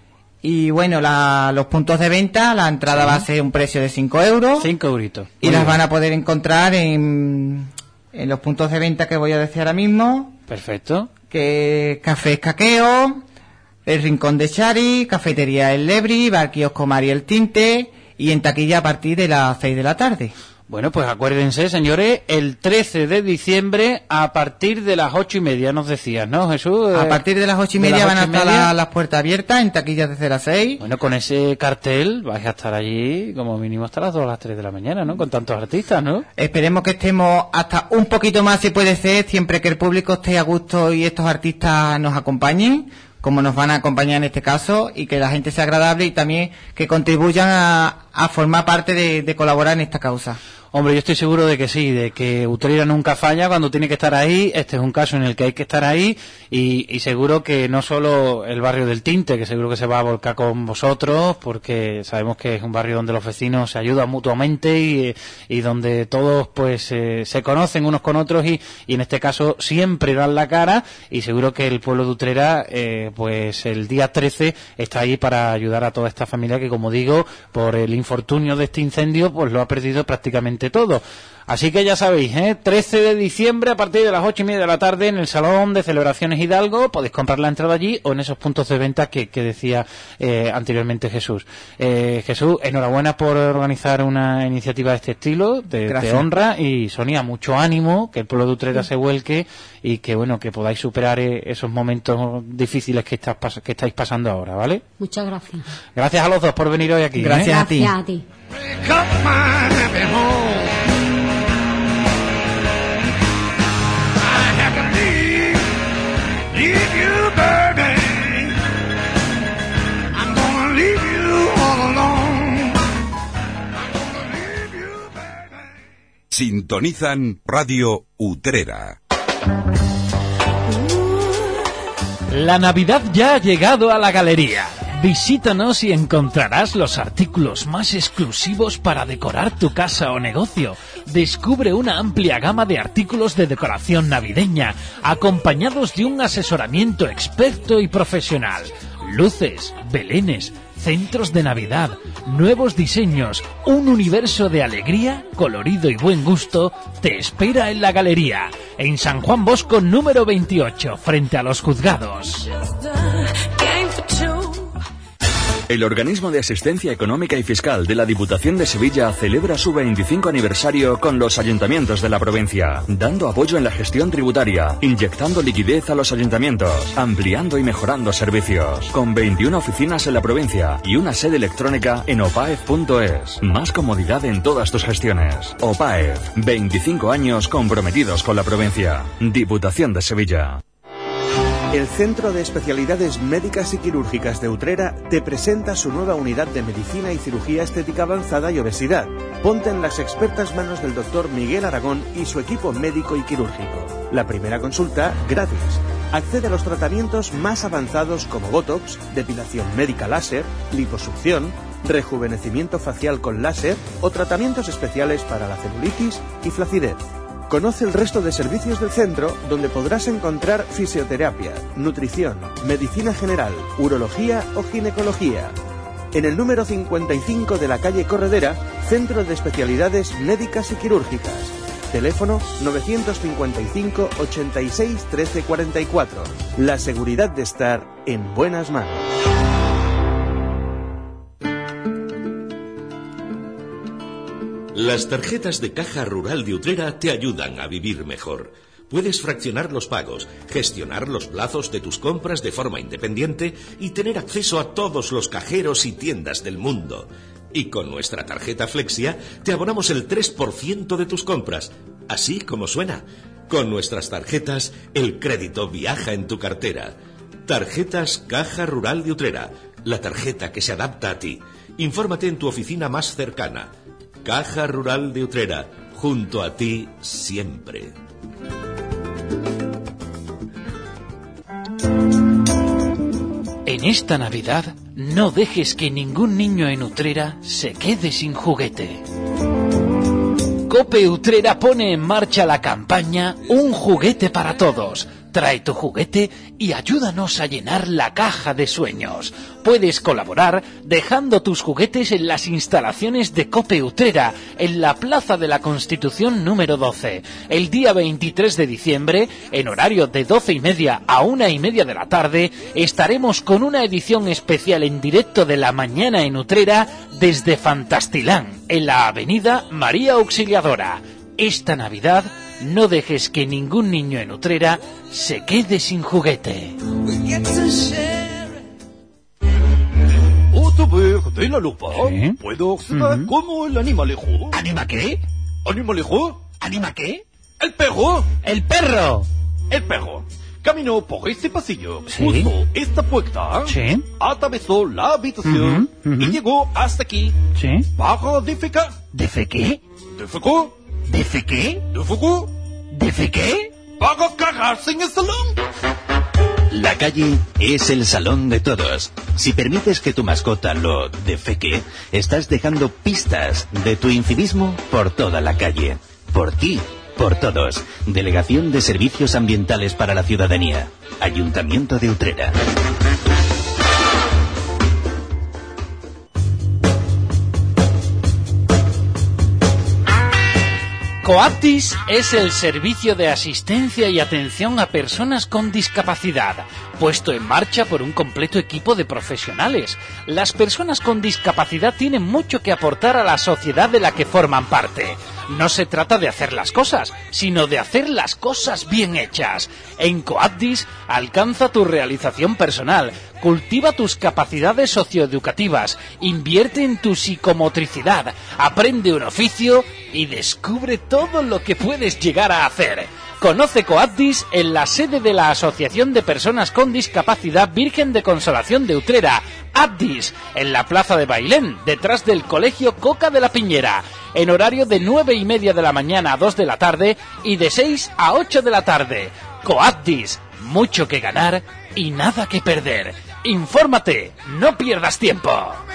Y bueno, la, los puntos de venta, la entrada sí. va a ser un precio de cinco euros. cinco euritos. Y Muy las bien. van a poder encontrar en, en los puntos de venta que voy a decir ahora mismo. Perfecto. Que Café Escaqueo, El Rincón de Chari, Cafetería El Lebri, Bar Kiosco Mari El Tinte y en taquilla a partir de las seis de la tarde. Bueno, pues acuérdense, señores, el trece de diciembre a partir de las ocho y media, nos decías, ¿no, Jesús? A partir de las ocho y media van a estar la, las puertas abiertas en taquillas desde las seis. Bueno, con ese cartel vais a estar allí como mínimo hasta las dos o las tres de la mañana, ¿no? Con tantos artistas, ¿no? Esperemos que estemos hasta un poquito más, si puede ser, siempre que el público esté a gusto y estos artistas nos acompañen, como nos van a acompañar en este caso, y que la gente sea agradable y también que contribuyan a, a formar parte de, de colaborar en esta causa. Hombre, yo estoy seguro de que sí, de que Utrera nunca falla cuando tiene que estar ahí. Este es un caso en el que hay que estar ahí y, y seguro que no solo el barrio del Tinte, que seguro que se va a volcar con vosotros, porque sabemos que es un barrio donde los vecinos se ayudan mutuamente y, y donde todos pues eh, se conocen unos con otros y, y en este caso siempre dan la cara, y seguro que el pueblo de Utrera eh, pues el día trece está ahí para ayudar a toda esta familia que, como digo, por el infortunio de este incendio pues lo ha perdido prácticamente todo. Así que ya sabéis, ¿eh? trece de diciembre a partir de las ocho y media de la tarde en el Salón de Celebraciones Hidalgo. Podéis comprar la entrada allí o en esos puntos de venta que, que decía eh, anteriormente Jesús. Eh, Jesús, enhorabuena por organizar una iniciativa de este estilo, de, de honra, y Sonia, mucho ánimo, que el pueblo de Utrera sí. se vuelque y que bueno, que podáis superar eh, esos momentos difíciles que, estás, que estáis pasando ahora, ¿vale? Muchas gracias. Gracias a los dos por venir hoy aquí. Gracias, ¿eh? a ti. Gracias a ti. Sintonizan Radio Utrera. La Navidad ya ha llegado a la galería. Visítanos y encontrarás los artículos más exclusivos para decorar tu casa o negocio. Descubre una amplia gama de artículos de decoración navideña, acompañados de un asesoramiento experto y profesional. Luces, belenes, centros de Navidad, nuevos diseños, un universo de alegría, colorido y buen gusto te espera en la galería, en San Juan Bosco número veintiocho, frente a los juzgados. El Organismo de Asistencia Económica y Fiscal de la Diputación de Sevilla celebra su veinticinco aniversario con los ayuntamientos de la provincia, dando apoyo en la gestión tributaria, inyectando liquidez a los ayuntamientos, ampliando y mejorando servicios, con veintiuna oficinas en la provincia y una sede electrónica en opaef punto es. Más comodidad en todas tus gestiones. OPAEF, veinticinco años comprometidos con la provincia. Diputación de Sevilla. El Centro de Especialidades Médicas y Quirúrgicas de Utrera te presenta su nueva unidad de Medicina y Cirugía Estética Avanzada y Obesidad. Ponte en las expertas manos del doctor Miguel Aragón y su equipo médico y quirúrgico. La primera consulta, gratis. Accede a los tratamientos más avanzados como Botox, depilación médica láser, liposucción, rejuvenecimiento facial con láser o tratamientos especiales para la celulitis y flacidez. Conoce el resto de servicios del centro, donde podrás encontrar fisioterapia, nutrición, medicina general, urología o ginecología. En el número cincuenta y cinco de la calle Corredera, Centro de Especialidades Médicas y Quirúrgicas. Teléfono novecientos cincuenta y cinco, ochenta y seis, trece cuarenta y cuatro. La seguridad de estar en buenas manos. Las tarjetas de Caja Rural de Utrera te ayudan a vivir mejor. Puedes fraccionar los pagos, gestionar los plazos de tus compras de forma independiente y tener acceso a todos los cajeros y tiendas del mundo. Y con nuestra tarjeta Flexia te abonamos el tres por ciento de tus compras, así como suena. Con nuestras tarjetas, el crédito viaja en tu cartera. Tarjetas Caja Rural de Utrera, la tarjeta que se adapta a ti. Infórmate en tu oficina más cercana. Caja Rural de Utrera, junto a ti siempre. En esta Navidad, no dejes que ningún niño en Utrera se quede sin juguete. Cope Utrera pone en marcha la campaña Un juguete para todos. Trae tu juguete y ayúdanos a llenar la caja de sueños. Puedes colaborar dejando tus juguetes en las instalaciones de Cope Utrera, en la Plaza de la Constitución número doce. El día veintitrés de diciembre, en horario de doce y media a una y media de la tarde, estaremos con una edición especial en directo de la mañana en Utrera desde Fantastilán, en la avenida María Auxiliadora. Esta Navidad, no dejes que ningún niño en Utrera se quede sin juguete. Otra vez de la lupa, ¿sí? Puedo observar uh-huh. cómo el animalejo... ¿Anima qué? ¿Animalejo? ¿Anima qué? ¡El perro! ¡El perro! El perro caminó por este pasillo, ¿sí? Cruzó esta puerta, ¿sí? Atravesó la habitación uh-huh. Uh-huh. y llegó hasta aquí. ¿Sí? Para defecar. ¿Defequé? ¿Defecó? ¿Defequé? ¿Defecó? ¿Defequé? Para cagarse en el salón. La calle es el salón de todos. Si permites que tu mascota lo defeque, estás dejando pistas de tu incivismo por toda la calle. Por ti, por todos. Delegación de Servicios Ambientales para la Ciudadanía. Ayuntamiento de Utrera. Coaptis es el servicio de asistencia y atención a personas con discapacidad, puesto en marcha por un completo equipo de profesionales. Las personas con discapacidad tienen mucho que aportar a la sociedad de la que forman parte. No se trata de hacer las cosas, sino de hacer las cosas bien hechas. En Coaptis alcanza tu realización personal, cultiva tus capacidades socioeducativas, invierte en tu psicomotricidad, aprende un oficio y descubre todo lo que puedes llegar a hacer. Conoce Coaddis en la sede de la Asociación de Personas con Discapacidad Virgen de Consolación de Utrera, Addis, en la Plaza de Bailén, detrás del Colegio Coca de la Piñera, en horario de nueve y media de la mañana a dos de la tarde y de seis a ocho de la tarde. Coaddis, mucho que ganar y nada que perder. Infórmate, no pierdas tiempo.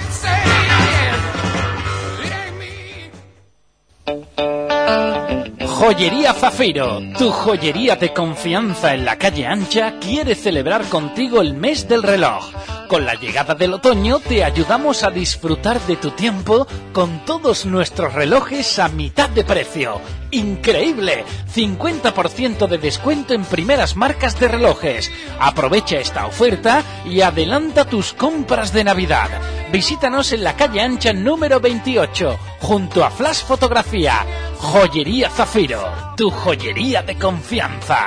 Joyería Zafiro, tu joyería de confianza en la calle Ancha, quiere celebrar contigo el mes del reloj. Con la llegada del otoño te ayudamos a disfrutar de tu tiempo con todos nuestros relojes a mitad de precio. ¡Increíble! cincuenta por ciento de descuento en primeras marcas de relojes. Aprovecha esta oferta y adelanta tus compras de Navidad. Visítanos en la calle Ancha número veintiocho, junto a Flash Fotografía. Joyería Zafiro, tu joyería de confianza.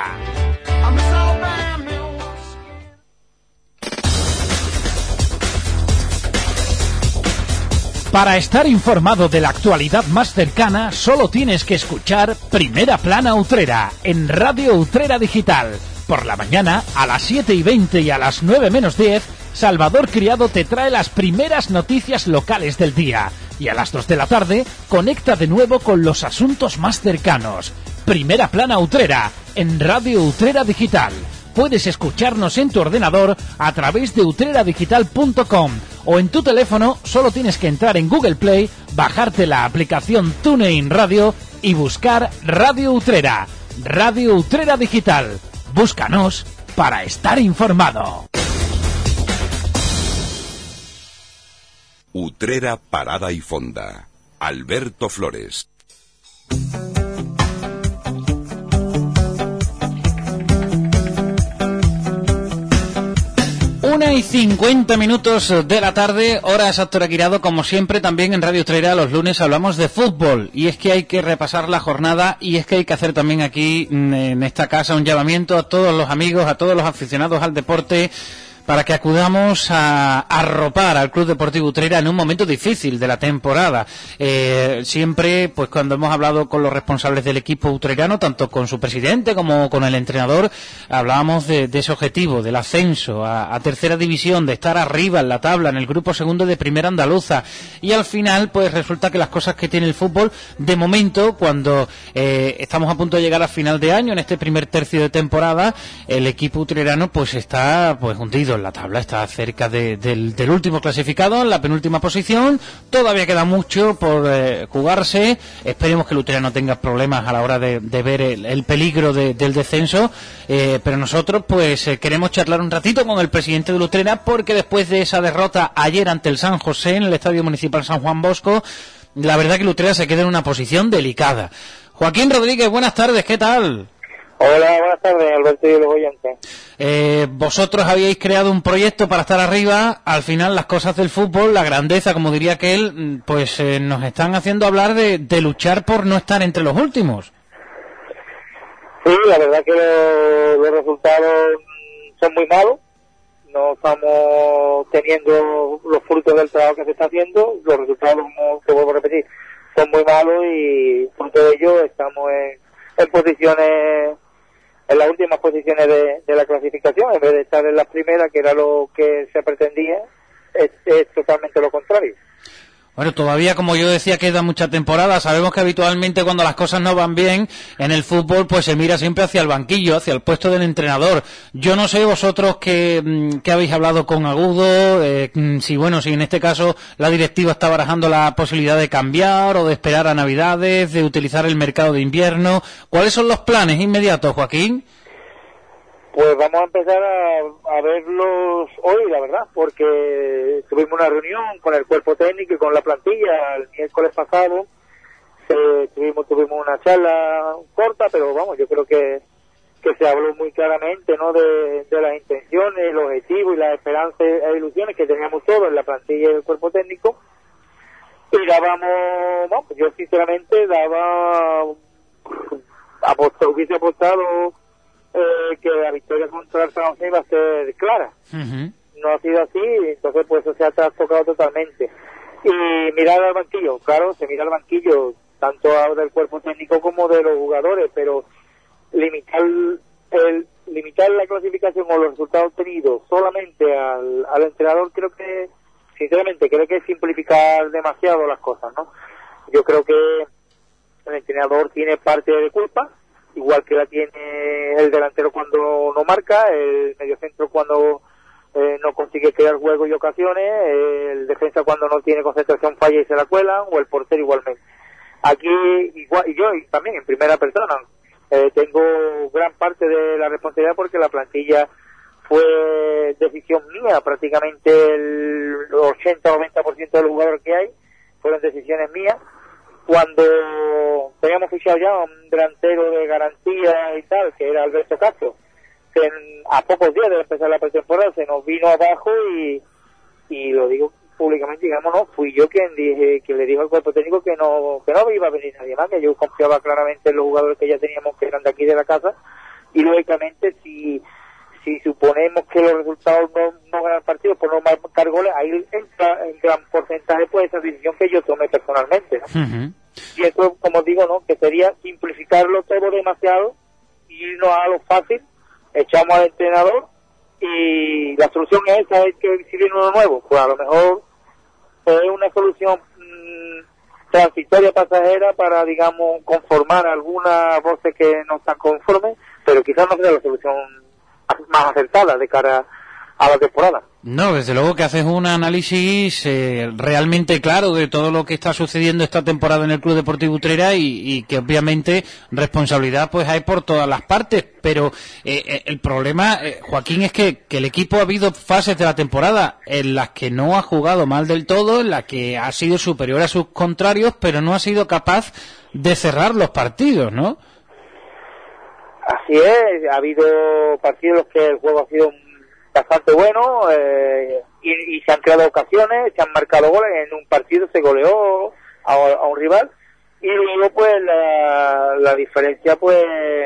Para estar informado de la actualidad más cercana, solo tienes que escuchar Primera Plana Utrera, en Radio Utrera Digital. Por la mañana, a las siete y veinte y a las nueve menos diez, Salvador Criado te trae las primeras noticias locales del día. Y a las dos de la tarde, conecta de nuevo con los asuntos más cercanos. Primera Plana Utrera, en Radio Utrera Digital. Puedes escucharnos en tu ordenador a través de utrera digital punto com o en tu teléfono solo tienes que entrar en Google Play, bajarte la aplicación TuneIn Radio y buscar Radio Utrera. Radio Utrera Digital. Búscanos para estar informado. Utrera Parada y Fonda. Alberto Flores. Una y cincuenta minutos de la tarde, hora exacta Quirado, como siempre también en Radio Utrera los lunes hablamos de fútbol, y es que hay que repasar la jornada, y es que hay que hacer también aquí en esta casa un llamamiento a todos los amigos, a todos los aficionados al deporte, para que acudamos a arropar al Club Deportivo Utrera en un momento difícil de la temporada. Eh, siempre, pues cuando hemos hablado con los responsables del equipo utrerano, tanto con su presidente como con el entrenador, hablábamos de, de ese objetivo, del ascenso a, a tercera división, de estar arriba en la tabla, en el grupo segundo de Primera Andaluza. Y al final, pues resulta que las cosas que tiene el fútbol, de momento, cuando eh, estamos a punto de llegar a final de año, en este primer tercio de temporada, el equipo utrerano pues está pues hundido en la tabla, está cerca de, del, del último clasificado, en la penúltima posición. Todavía queda mucho por eh, jugarse. Esperemos que el Utrera no tenga problemas a la hora de, de ver el, el peligro de, del descenso, eh, pero nosotros pues eh, queremos charlar un ratito con el presidente del Utrera, porque después de esa derrota ayer ante el San José en el Estadio Municipal San Juan Bosco, la verdad que el Utrera se queda en una posición delicada. Joaquín Rodríguez, buenas tardes, ¿qué tal? Hola, buenas tardes, Alberto y los oyentes. Eh, vosotros habíais creado un proyecto para estar arriba. Al final las cosas del fútbol, la grandeza, como diría aquel, pues eh, nos están haciendo hablar de, de luchar por no estar entre los últimos. Sí, la verdad que lo, los resultados son muy malos. No estamos teniendo los frutos del trabajo que se está haciendo. Los resultados, como te vuelvo a repetir, son muy malos, y fruto de ello estamos en, en posiciones, en las últimas posiciones de, de la clasificación, en vez de estar en las primeras, que era lo que se pretendía. Es, es totalmente lo contrario. Bueno, todavía, como yo decía, queda mucha temporada. Sabemos que habitualmente cuando las cosas no van bien en el fútbol, pues se mira siempre hacia el banquillo, hacia el puesto del entrenador. Yo no sé vosotros que, que habéis hablado con Agudo, eh, si bueno, si en este caso la directiva está barajando la posibilidad de cambiar o de esperar a Navidades, de utilizar el mercado de invierno. ¿Cuáles son los planes inmediatos, Joaquín? Pues vamos a empezar a, a verlos hoy, la verdad, porque tuvimos una reunión con el cuerpo técnico y con la plantilla el miércoles pasado. Eh, tuvimos tuvimos una charla corta, pero vamos, yo creo que, que se habló muy claramente, ¿no?, de, de las intenciones, el objetivo y las esperanzas e ilusiones que teníamos todos en la plantilla y el cuerpo técnico. Y dábamos, bueno, yo sinceramente daba, apostó, hubiese apostado Eh, que la victoria contra el San José iba a ser clara. Uh-huh. No ha sido así, entonces pues eso se ha trastocado totalmente. Y mirar al banquillo, claro, se mira al banquillo tanto del cuerpo técnico como de los jugadores, pero limitar el limitar la clasificación o los resultados obtenidos solamente al, al entrenador, creo que, sinceramente, creo que es simplificar demasiado las cosas, ¿no? Yo creo que el entrenador tiene parte de culpa, igual que la tiene el delantero cuando no marca, el mediocentro cuando eh, no consigue crear juego y ocasiones, el defensa cuando no tiene concentración falla y se la cuelan, o el portero igualmente. Aquí, igual, y yo y también en primera persona, eh, tengo gran parte de la responsabilidad porque la plantilla fue decisión mía, prácticamente el ochenta o noventa por ciento de los jugadores que hay fueron decisiones mías. Cuando teníamos fichado ya un delantero de garantía y tal, que era Alberto Castro, que en, a pocos días de empezar la pretemporada se nos vino abajo y, y lo digo públicamente, digamos, no, fui yo quien dije, que le dijo al cuerpo técnico que no, que no iba a venir nadie más, que yo confiaba claramente en los jugadores que ya teníamos, que eran de aquí de la casa, y lógicamente si si suponemos que los resultados no, no ganan partidos por no marcar goles, ahí entra en gran porcentaje pues esa decisión que yo tomé personalmente, ¿no? Uh-huh. Y eso, como digo, ¿no?, que sería simplificarlo todo demasiado y irnos a lo fácil, echamos al entrenador y la solución es esa, es que si viene uno nuevo, pues a lo mejor pues, es una solución mmm, transitoria, pasajera, para, digamos, conformar algunas voces que no están conformes, pero quizás no sea la solución más acertada de cara a la temporada. No, desde luego que haces un análisis eh, realmente claro de todo lo que está sucediendo esta temporada en el Club Deportivo Utrera y, y que obviamente responsabilidad pues hay por todas las partes, pero eh, el problema, eh, Joaquín, es que, que el equipo ha habido fases de la temporada en las que no ha jugado mal del todo, en las que ha sido superior a sus contrarios, pero no ha sido capaz de cerrar los partidos, ¿no? Así es, ha habido partidos en los que el juego ha sido bastante bueno eh, y, y se han creado ocasiones, se han marcado goles. En un partido se goleó a, a un rival y luego pues la, la diferencia pues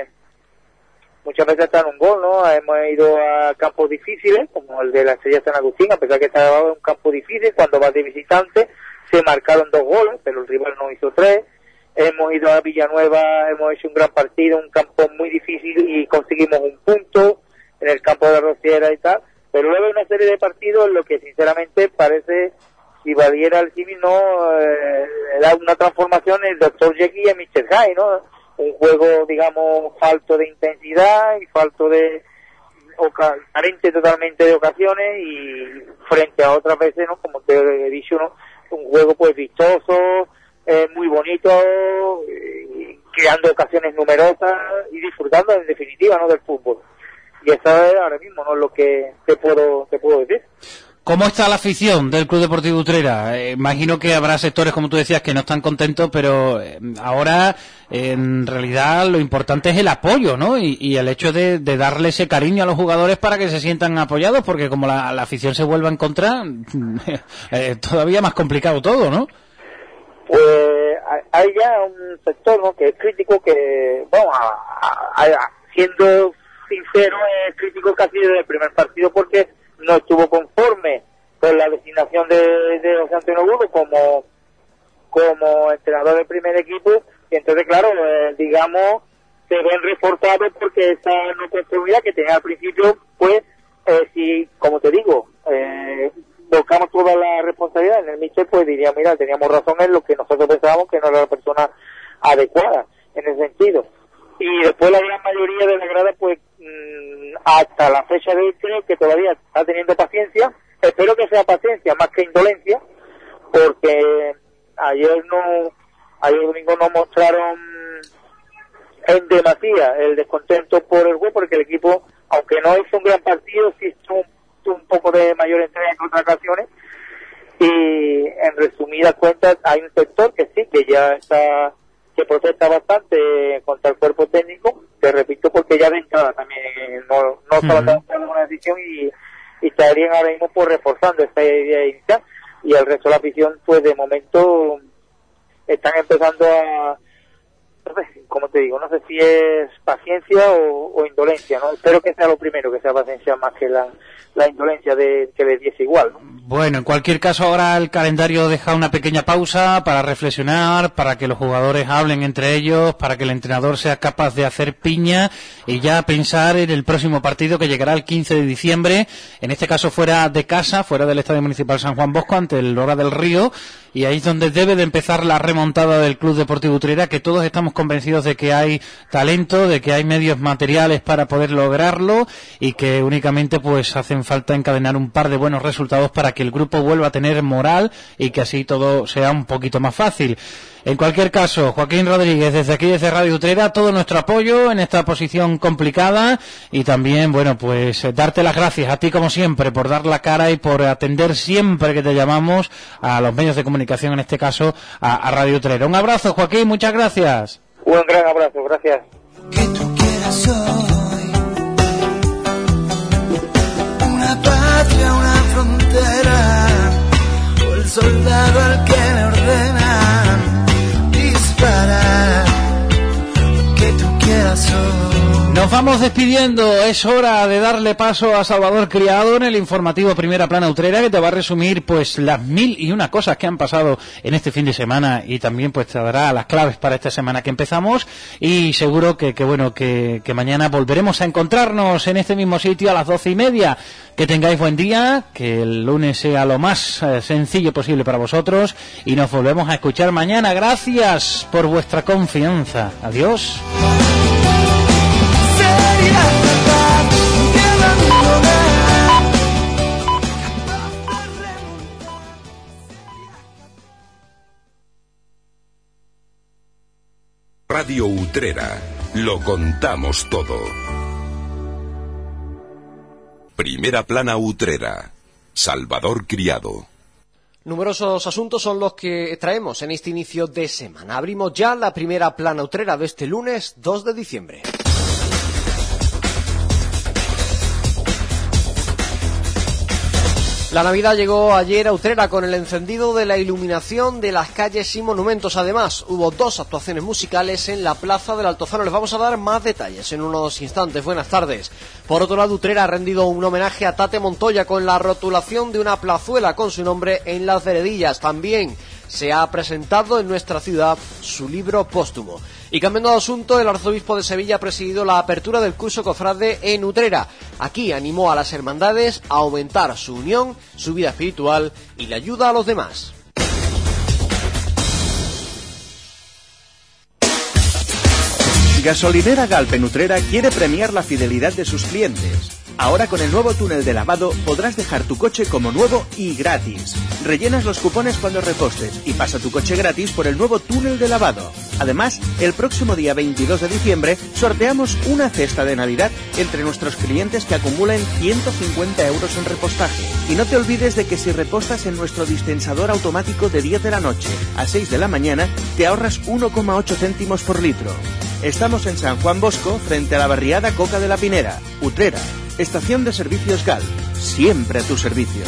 muchas veces está en un gol, ¿no? Hemos ido a campos difíciles como el de la Estrella San Agustín, a pesar que está en un campo difícil, cuando vas de visitante se marcaron dos goles, pero el rival no hizo tres. Hemos ido a Villanueva, hemos hecho un gran partido, un campo muy difícil y conseguimos un punto en el campo de Rociera y tal, pero luego hay una serie de partidos en los que sinceramente parece, si valiera el símil, no, eh, da una transformación en el doctor Jekyll y en mister Hyde, ¿no? Un juego, digamos, falto de intensidad y falto de, oca, carente totalmente de ocasiones, y frente a otras veces, ¿no?, como te he dicho, ¿no?, un juego pues vistoso, eh, muy bonito, eh, creando ocasiones numerosas y disfrutando en definitiva, ¿no?, del fútbol. Y eso es ahora mismo, ¿no?, lo que te puedo te puedo decir. ¿Cómo está la afición del Club Deportivo Utrera? Eh, imagino que habrá sectores, como tú decías, que no están contentos, pero eh, ahora eh, en realidad lo importante es el apoyo, ¿no? Y, y el hecho de, de darle ese cariño a los jugadores para que se sientan apoyados, porque como la, la afición se vuelva en contra, eh, todavía más complicado todo, ¿no? Pues hay ya un sector, ¿no?, que es crítico, que, bueno, a, a, a, siendo sincero, es crítico casi desde el primer partido porque no estuvo conforme con la designación de, de José Antonio Burgos como, como entrenador del primer equipo, y entonces, claro, eh, digamos, se ven reforzados porque esa no conformidad que tenía al principio, pues, eh, si, como te digo, eh, volcamos toda la responsabilidad en el míster, pues diría, mira, teníamos razón en lo que nosotros pensábamos que no era la persona adecuada en ese sentido. Y después la gran mayoría de la grada, pues, mmm, hasta la fecha de hoy creo que todavía está teniendo paciencia. Espero que sea paciencia más que indolencia, porque ayer no, ayer domingo no mostraron en demasía el descontento por el juego, porque el equipo, aunque no hizo un gran partido, sí hizo un, un poco de mayor entrega en otras ocasiones. Y en resumidas cuentas hay un sector que sí, que ya está, que protesta bastante contra el cuerpo técnico, te repito, porque ya de entrada también no, no estaba tomando una decisión y, y estarían ahora mismo pues reforzando esta idea inicial, y el resto de la afición pues de momento están empezando a, como te digo, no sé si es paciencia o, o indolencia, ¿no? Espero que sea lo primero, que sea paciencia más que la, la indolencia de que le diese igual, ¿no? Bueno, en cualquier caso, ahora el calendario deja una pequeña pausa para reflexionar, para que los jugadores hablen entre ellos, para que el entrenador sea capaz de hacer piña y ya pensar en el próximo partido que llegará el quince de diciembre, en este caso fuera de casa, fuera del Estadio Municipal San Juan Bosco, ante el Lora del Río, y ahí es donde debe de empezar la remontada del Club Deportivo Utrera, que todos estamos convencidos de que hay talento, de que hay medios materiales para poder lograrlo y que únicamente pues hacen falta encadenar un par de buenos resultados para que el grupo vuelva a tener moral y que así todo sea un poquito más fácil. En cualquier caso, Joaquín Rodríguez, desde aquí, desde Radio Utrera, todo nuestro apoyo en esta posición complicada y también, bueno, pues darte las gracias a ti como siempre por dar la cara y por atender siempre que te llamamos a los medios de comunicación, en este caso a, a Radio Utrera. Un abrazo, Joaquín, muchas gracias. Un gran abrazo, gracias. Que tú quieras hoy una patria, una frontera, o el soldado al que le ordenan disparar, que tú quieras hoy. Nos vamos despidiendo, es hora de darle paso a Salvador Criado en el informativo Primera Plana Utrera, que te va a resumir pues las mil y una cosas que han pasado en este fin de semana y también pues te dará las claves para esta semana que empezamos y seguro que, que bueno que, que mañana volveremos a encontrarnos en este mismo sitio a las doce y media. Que tengáis buen día, que el lunes sea lo más eh, sencillo posible para vosotros y nos volvemos a escuchar mañana. Gracias por vuestra confianza. Adiós. Radio Utrera. Lo contamos todo. Primera Plana Utrera. Salvador Criado. Numerosos asuntos son los que traemos en este inicio de semana. Abrimos ya la Primera Plana Utrera de este lunes dos de diciembre. La Navidad llegó ayer a Utrera con el encendido de la iluminación de las calles y monumentos. Además, hubo dos actuaciones musicales en la Plaza del Altozano. Les vamos a dar más detalles en unos instantes. Buenas tardes. Por otro lado, Utrera ha rendido un homenaje a Tate Montoya con la rotulación de una plazuela con su nombre en Las Veredillas. También se ha presentado en nuestra ciudad su libro póstumo. Y cambiando de asunto, el arzobispo de Sevilla ha presidido la apertura del curso cofrade en Utrera. Aquí animó a las hermandades a aumentar su unión, su vida espiritual y la ayuda a los demás. Gasolinera Galp en Utrera quiere premiar la fidelidad de sus clientes. Ahora con el nuevo túnel de lavado podrás dejar tu coche como nuevo y gratis. Rellenas los cupones cuando repostes y pasa tu coche gratis por el nuevo túnel de lavado. Además, el próximo día veintidós de diciembre sorteamos una cesta de Navidad entre nuestros clientes que acumulen ciento cincuenta euros en repostaje. Y no te olvides de que si repostas en nuestro dispensador automático de diez de la noche a seis de la mañana, te ahorras uno coma ocho céntimos por litro. Estamos en San Juan Bosco, frente a la barriada Coca de la Pinera, Utrera. Estación de Servicios Galp, siempre a tu servicio.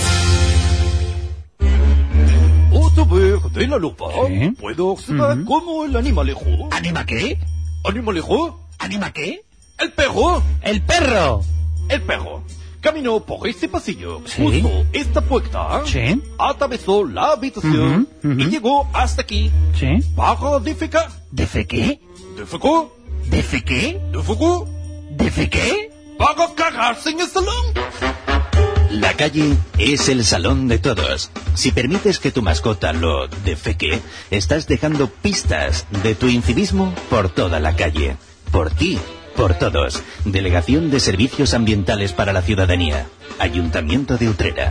Otra vez de la lupa, ¿Eh? puedo observar uh-huh. cómo el animalejo... ¿Anima qué? ¿Animalejo? ¿Anima qué? ¡El perro! ¡El perro! El perro caminó por este pasillo, ¿Sí? justo esta puerta, ¿Sí? atravesó la habitación uh-huh, uh-huh. y llegó hasta aquí ¿Sí? para defecar. ¿Defequé? ¿Defecó? ¿Defequé? ¿Defecó? ¿Defequé? ¡Para cagarse en el salón! La calle es el salón de todos. Si permites que tu mascota lo defeque, estás dejando pistas de tu incivismo por toda la calle. Por ti, por todos. Delegación de Servicios Ambientales para la Ciudadanía. Ayuntamiento de Utrera.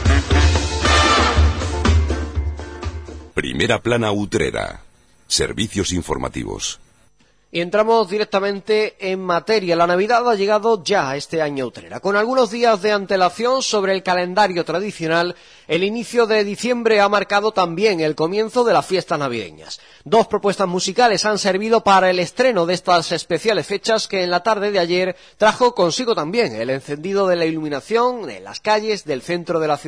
Primera Plana Utrera. Servicios informativos. Y entramos directamente en materia. La Navidad ha llegado ya este año a Utrera. Con algunos días de antelación sobre el calendario tradicional, el inicio de diciembre ha marcado también el comienzo de las fiestas navideñas. Dos propuestas musicales han servido para el estreno de estas especiales fechas que en la tarde de ayer trajo consigo también el encendido de la iluminación en las calles del centro de la ciudad.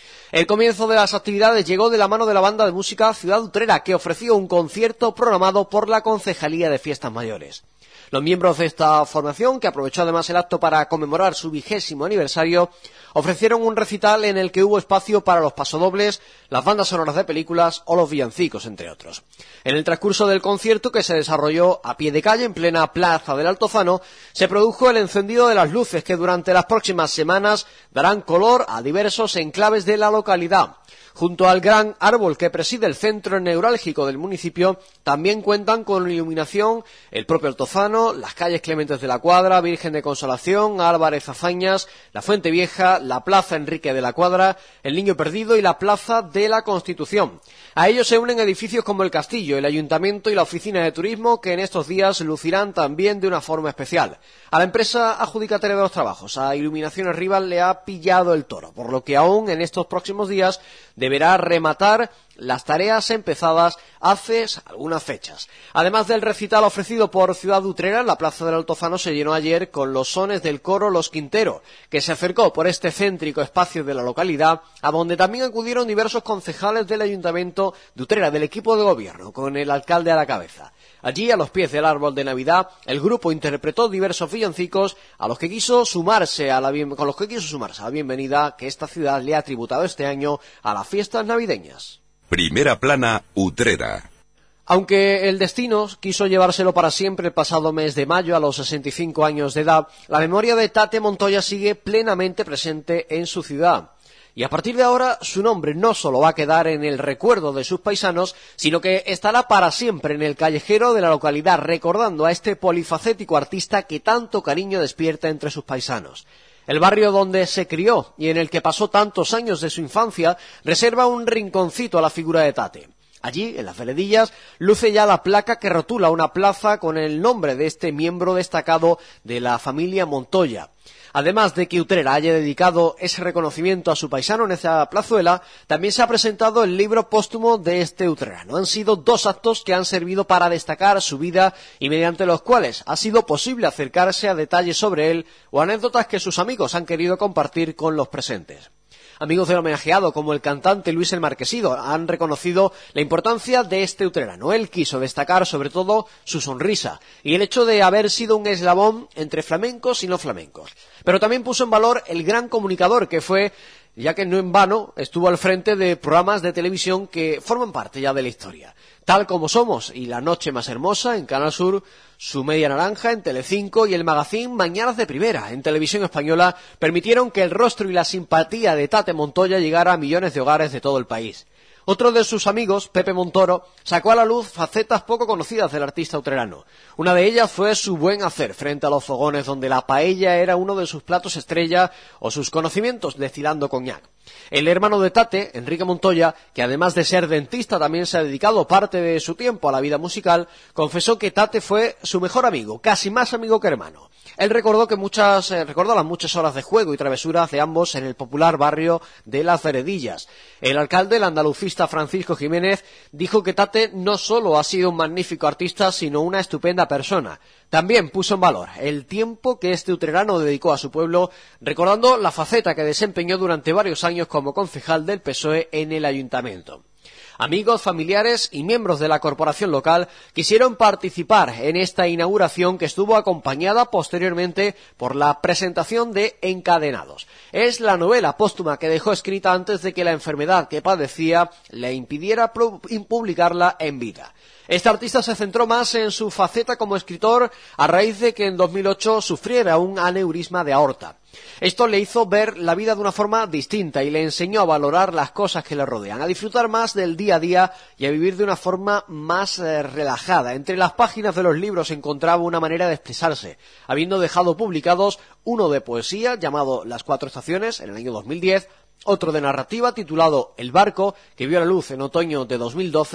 El comienzo de las actividades llegó de la mano de la banda de música Ciudad Utrera, que ofreció un concierto programado por la Concejalía de Fiestas Mayores. Los miembros de esta formación, que aprovechó además el acto para conmemorar su vigésimo aniversario, ofrecieron un recital en el que hubo espacio para los pasodobles, las bandas sonoras de películas o los villancicos, entre otros. En el transcurso del concierto, que se desarrolló a pie de calle en plena plaza del Altozano, se produjo el encendido de las luces que durante las próximas semanas darán color a diversos enclaves de la localidad. Junto al gran árbol que preside el centro neurálgico del municipio, también cuentan con iluminación el propio Altozano, las calles Clementes de la Cuadra, Virgen de Consolación, Álvarez Azañas, la Fuente Vieja, la Plaza Enrique de la Cuadra, el Niño Perdido y la Plaza de la Constitución. A ellos se unen edificios como el Castillo, el Ayuntamiento y la Oficina de Turismo, que en estos días lucirán también de una forma especial. A la empresa adjudicataria de los trabajos, a Iluminaciones Rival, le ha pillado el toro, por lo que aún en estos próximos días deberá rematar las tareas empezadas hace algunas fechas. Además del recital ofrecido por Ciudad Utrera, la Plaza del Altozano se llenó ayer con los sones del coro Los Quintero, que se acercó por este céntrico espacio de la localidad, a donde también acudieron diversos concejales del Ayuntamiento de Utrera, del equipo de gobierno, con el alcalde a la cabeza. Allí, a los pies del árbol de Navidad, el grupo interpretó diversos villancicos a los que quiso sumarse a la bien... con los que quiso sumarse a la bienvenida que esta ciudad le ha tributado este año a las fiestas navideñas. Primera plana, Utrera. Aunque el destino quiso llevárselo para siempre el pasado mes de mayo a los sesenta y cinco años de edad, la memoria de Tate Montoya sigue plenamente presente en su ciudad. Y a partir de ahora, su nombre no solo va a quedar en el recuerdo de sus paisanos, sino que estará para siempre en el callejero de la localidad, recordando a este polifacético artista que tanto cariño despierta entre sus paisanos. El barrio donde se crió y en el que pasó tantos años de su infancia reserva un rinconcito a la figura de Tate. Allí, en las Veredillas, luce ya la placa que rotula una plaza con el nombre de este miembro destacado de la familia Montoya. Además de que Utrera haya dedicado ese reconocimiento a su paisano en esa plazuela, también se ha presentado el libro póstumo de este utrerano. Han sido dos actos que han servido para destacar su vida y mediante los cuales ha sido posible acercarse a detalles sobre él o anécdotas que sus amigos han querido compartir con los presentes. Amigos del homenajeado, como el cantante Luis el Marquesido, han reconocido la importancia de este utrerano. Él quiso destacar sobre todo su sonrisa y el hecho de haber sido un eslabón entre flamencos y no flamencos. Pero también puso en valor el gran comunicador que fue, ya que no en vano estuvo al frente de programas de televisión que forman parte ya de la historia. Tal como somos y La Noche Más Hermosa en Canal Sur, Su Media Naranja en Telecinco y el magazine Mañanas de Primera en Televisión Española permitieron que el rostro y la simpatía de Tate Montoya llegara a millones de hogares de todo el país. Otro de sus amigos, Pepe Montoro, sacó a la luz facetas poco conocidas del artista utrerano. Una de ellas fue su buen hacer frente a los fogones, donde la paella era uno de sus platos estrella, o sus conocimientos destilando coñac. El hermano de Tate, Enrique Montoya, que además de ser dentista también se ha dedicado parte de su tiempo a la vida musical, confesó que Tate fue su mejor amigo, casi más amigo que hermano. Él recordó que muchas, eh, recordó las muchas horas de juego y travesuras de ambos en el popular barrio de Las Veredillas. El alcalde, el andalucista Francisco Jiménez, dijo que Tate no solo ha sido un magnífico artista, sino una estupenda persona. También puso en valor el tiempo que este utrerano dedicó a su pueblo, recordando la faceta que desempeñó durante varios años como concejal del P S O E en el ayuntamiento. Amigos, familiares y miembros de la corporación local quisieron participar en esta inauguración que estuvo acompañada posteriormente por la presentación de Encadenados. Es la novela póstuma que dejó escrita antes de que la enfermedad que padecía le impidiera publicarla en vida. Este artista se centró más en su faceta como escritor a raíz de que en dos mil ocho sufriera un aneurisma de aorta. Esto le hizo ver la vida de una forma distinta y le enseñó a valorar las cosas que le rodean, a disfrutar más del día a día y a vivir de una forma más eh, relajada. Entre las páginas de los libros encontraba una manera de expresarse, habiendo dejado publicados uno de poesía llamado Las Cuatro Estaciones en el año dos mil diez, otro de narrativa titulado El Barco, que vio la luz en otoño de dos mil doce,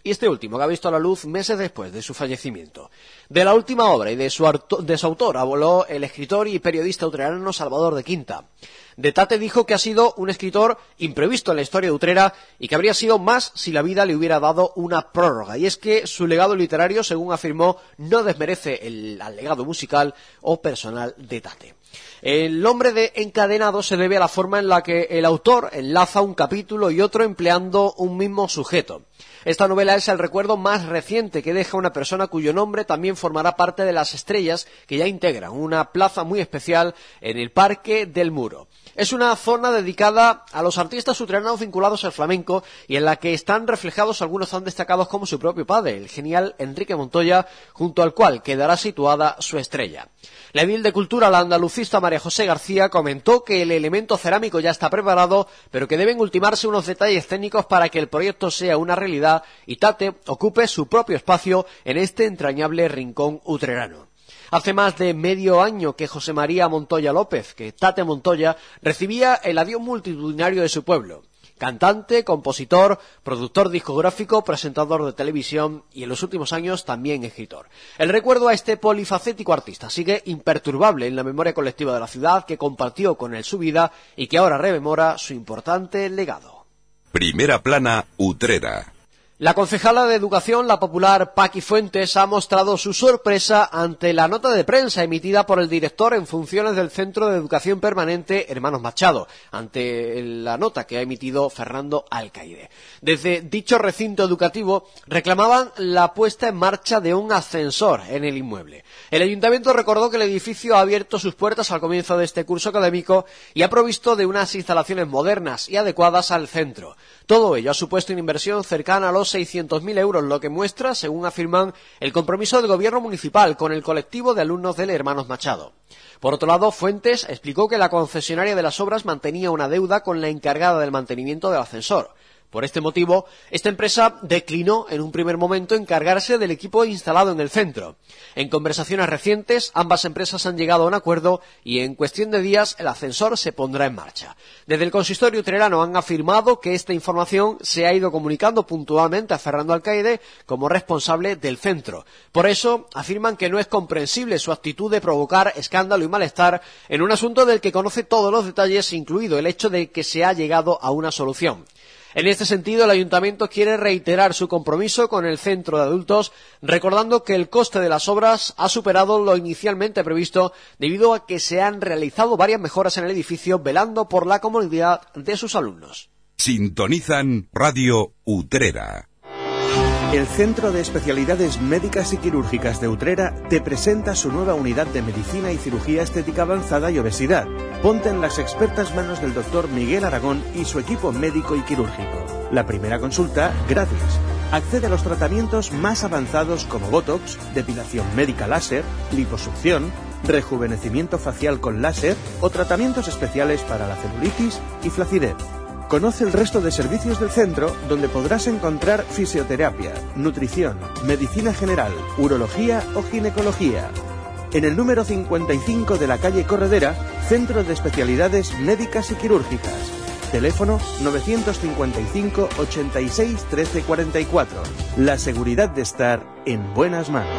y este último que ha visto la luz meses después de su fallecimiento. De la última obra y de su, de su autor habló el escritor y periodista utrerano Salvador de Quinta. De Tate dijo que ha sido un escritor imprevisto en la historia de Utrera y que habría sido más si la vida le hubiera dado una prórroga. Y es que su legado literario, según afirmó, no desmerece el, el legado musical o personal de Tate. El nombre de Encadenado se debe a la forma en la que el autor enlaza un capítulo y otro empleando un mismo sujeto. Esta novela es el recuerdo más reciente que deja una persona cuyo nombre también formará parte de las estrellas que ya integran una plaza muy especial en el Parque del Muro. Es una zona dedicada a los artistas utreranos vinculados al flamenco y en la que están reflejados algunos tan destacados como su propio padre, el genial Enrique Montoya, junto al cual quedará situada su estrella. La edil de Cultura, la andalucista María José García, comentó que el elemento cerámico ya está preparado, pero que deben ultimarse unos detalles técnicos para que el proyecto sea una realidad y Tate ocupe su propio espacio en este entrañable rincón utrerano. Hace más de medio año que José María Montoya López, que Tate Montoya, recibía el adiós multitudinario de su pueblo. Cantante, compositor, productor discográfico, presentador de televisión y en los últimos años también escritor. El recuerdo a este polifacético artista sigue imperturbable en la memoria colectiva de la ciudad que compartió con él su vida y que ahora rememora su importante legado. Primera plana, Utrera. La concejala de Educación, la popular Paqui Fuentes, ha mostrado su sorpresa ante la nota de prensa emitida por el director en funciones del Centro de Educación Permanente Hermanos Machado, ante la nota que ha emitido Fernando Alcaide. Desde dicho recinto educativo reclamaban la puesta en marcha de un ascensor en el inmueble. El ayuntamiento recordó que el edificio ha abierto sus puertas al comienzo de este curso académico y ha provisto de unas instalaciones modernas y adecuadas al centro. Todo ello ha supuesto una inversión cercana a los seiscientos mil euros, lo que muestra, según afirman, el compromiso del gobierno municipal con el colectivo de alumnos del Hermanos Machado. Por otro lado, Fuentes explicó que la concesionaria de las obras mantenía una deuda con la encargada del mantenimiento del ascensor. Por este motivo, esta empresa declinó en un primer momento encargarse del equipo instalado en el centro. En conversaciones recientes, ambas empresas han llegado a un acuerdo y en cuestión de días el ascensor se pondrá en marcha. Desde el consistorio utrerano han afirmado que esta información se ha ido comunicando puntualmente a Fernando Alcaide como responsable del centro. Por eso, afirman que no es comprensible su actitud de provocar escándalo y malestar en un asunto del que conoce todos los detalles, incluido el hecho de que se ha llegado a una solución. En este sentido, el Ayuntamiento quiere reiterar su compromiso con el centro de adultos, recordando que el coste de las obras ha superado lo inicialmente previsto debido a que se han realizado varias mejoras en el edificio, velando por la comodidad de sus alumnos. Sintonizan Radio Utrera. El Centro de Especialidades Médicas y Quirúrgicas de Utrera te presenta su nueva unidad de Medicina y Cirugía Estética Avanzada y Obesidad. Ponte en las expertas manos del doctor Miguel Aragón y su equipo médico y quirúrgico. La primera consulta, gratis. Accede a los tratamientos más avanzados como Botox, depilación médica láser, liposucción, rejuvenecimiento facial con láser o tratamientos especiales para la celulitis y flacidez. Conoce el resto de servicios del centro, donde podrás encontrar fisioterapia, nutrición, medicina general, urología o ginecología. En el número cincuenta y cinco de la calle Corredera, Centro de Especialidades Médicas y Quirúrgicas. Teléfono novecientos cincuenta y cinco, ochenta y seis, trece cuarenta y cuatro. La seguridad de estar en buenas manos.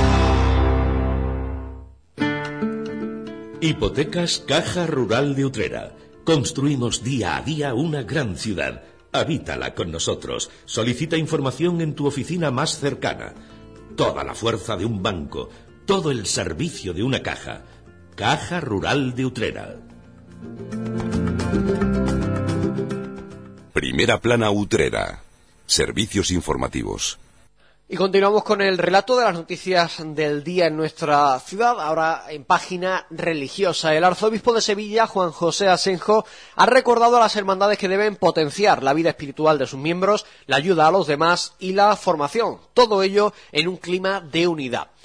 Hipotecas Caja Rural de Utrera. Construimos día a día una gran ciudad. Habítala con nosotros. Solicita información en tu oficina más cercana. Toda la fuerza de un banco, todo el servicio de una caja. Caja Rural de Utrera. Primera plana, Utrera. Servicios informativos. Y continuamos con el relato de las noticias del día en nuestra ciudad, ahora en página religiosa. El arzobispo de Sevilla, Juan José Asenjo, ha recordado a las hermandades que deben potenciar la vida espiritual de sus miembros, la ayuda a los demás y la formación. Todo ello en un clima de unidad.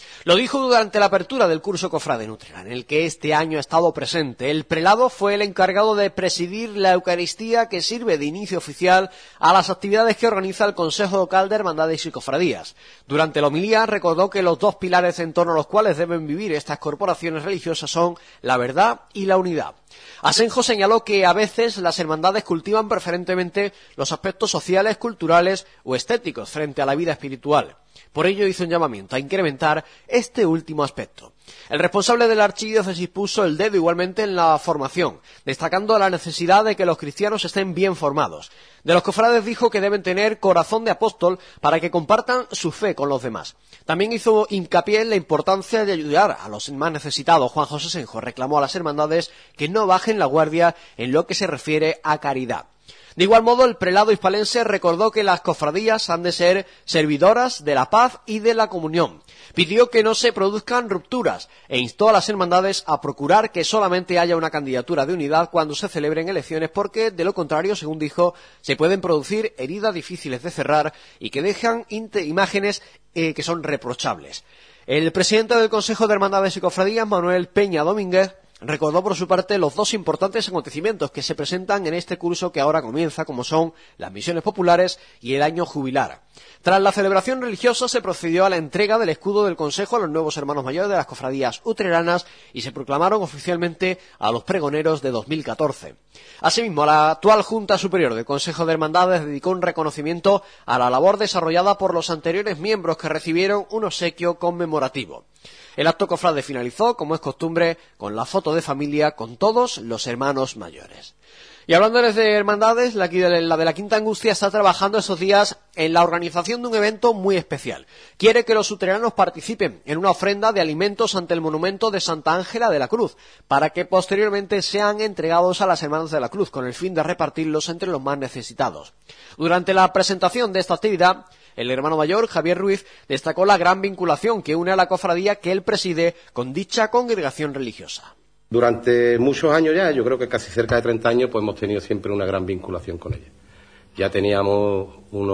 Lo dijo durante la apertura del curso Cofrade en Utrera, en el que este año ha estado presente. El prelado fue el encargado de presidir la Eucaristía que sirve de inicio oficial a las actividades que organiza el Consejo Local de Hermandades y Cofradías. Durante la homilía recordó que los dos pilares en torno a los cuales deben vivir estas corporaciones religiosas son la verdad y la unidad. Asenjo señaló que a veces las hermandades cultivan preferentemente los aspectos sociales, culturales o estéticos frente a la vida espiritual. Por ello hizo un llamamiento a incrementar este último aspecto. El responsable de la archidiócesis puso el dedo igualmente en la formación, destacando la necesidad de que los cristianos estén bien formados. De los cofrades dijo que deben tener corazón de apóstol para que compartan su fe con los demás. También hizo hincapié en la importancia de ayudar a los más necesitados. Juan José Asenjo reclamó a las hermandades que no bajen la guardia en lo que se refiere a caridad. De igual modo, el prelado hispalense recordó que las cofradías han de ser servidoras de la paz y de la comunión. Pidió que no se produzcan rupturas e instó a las hermandades a procurar que solamente haya una candidatura de unidad cuando se celebren elecciones, porque, de lo contrario, según dijo, se pueden producir heridas difíciles de cerrar y que dejan imágenes eh, que son reprochables. El presidente del Consejo de Hermandades y Cofradías, Manuel Peña Domínguez, recordó por su parte los dos importantes acontecimientos que se presentan en este curso que ahora comienza, como son las misiones populares y el año jubilar. Tras la celebración religiosa se procedió a la entrega del escudo del Consejo a los nuevos hermanos mayores de las cofradías utreranas y se proclamaron oficialmente a los pregoneros de dos mil catorce. Asimismo, la actual Junta Superior del Consejo de Hermandades dedicó un reconocimiento a la labor desarrollada por los anteriores miembros, que recibieron un obsequio conmemorativo. El acto cofrade finalizó, como es costumbre, con la foto de familia con todos los hermanos mayores. Y hablándoles de hermandades, la de la Quinta Angustia está trabajando estos días en la organización de un evento muy especial. Quiere que los utreranos participen en una ofrenda de alimentos ante el monumento de Santa Ángela de la Cruz, para que posteriormente sean entregados a las Hermanas de la Cruz, con el fin de repartirlos entre los más necesitados. Durante la presentación de esta actividad, el hermano mayor, Javier Ruiz, destacó la gran vinculación que une a la cofradía que él preside con dicha congregación religiosa. Durante muchos años ya, yo creo que casi cerca de treinta años, pues hemos tenido siempre una gran vinculación con ella. Ya teníamos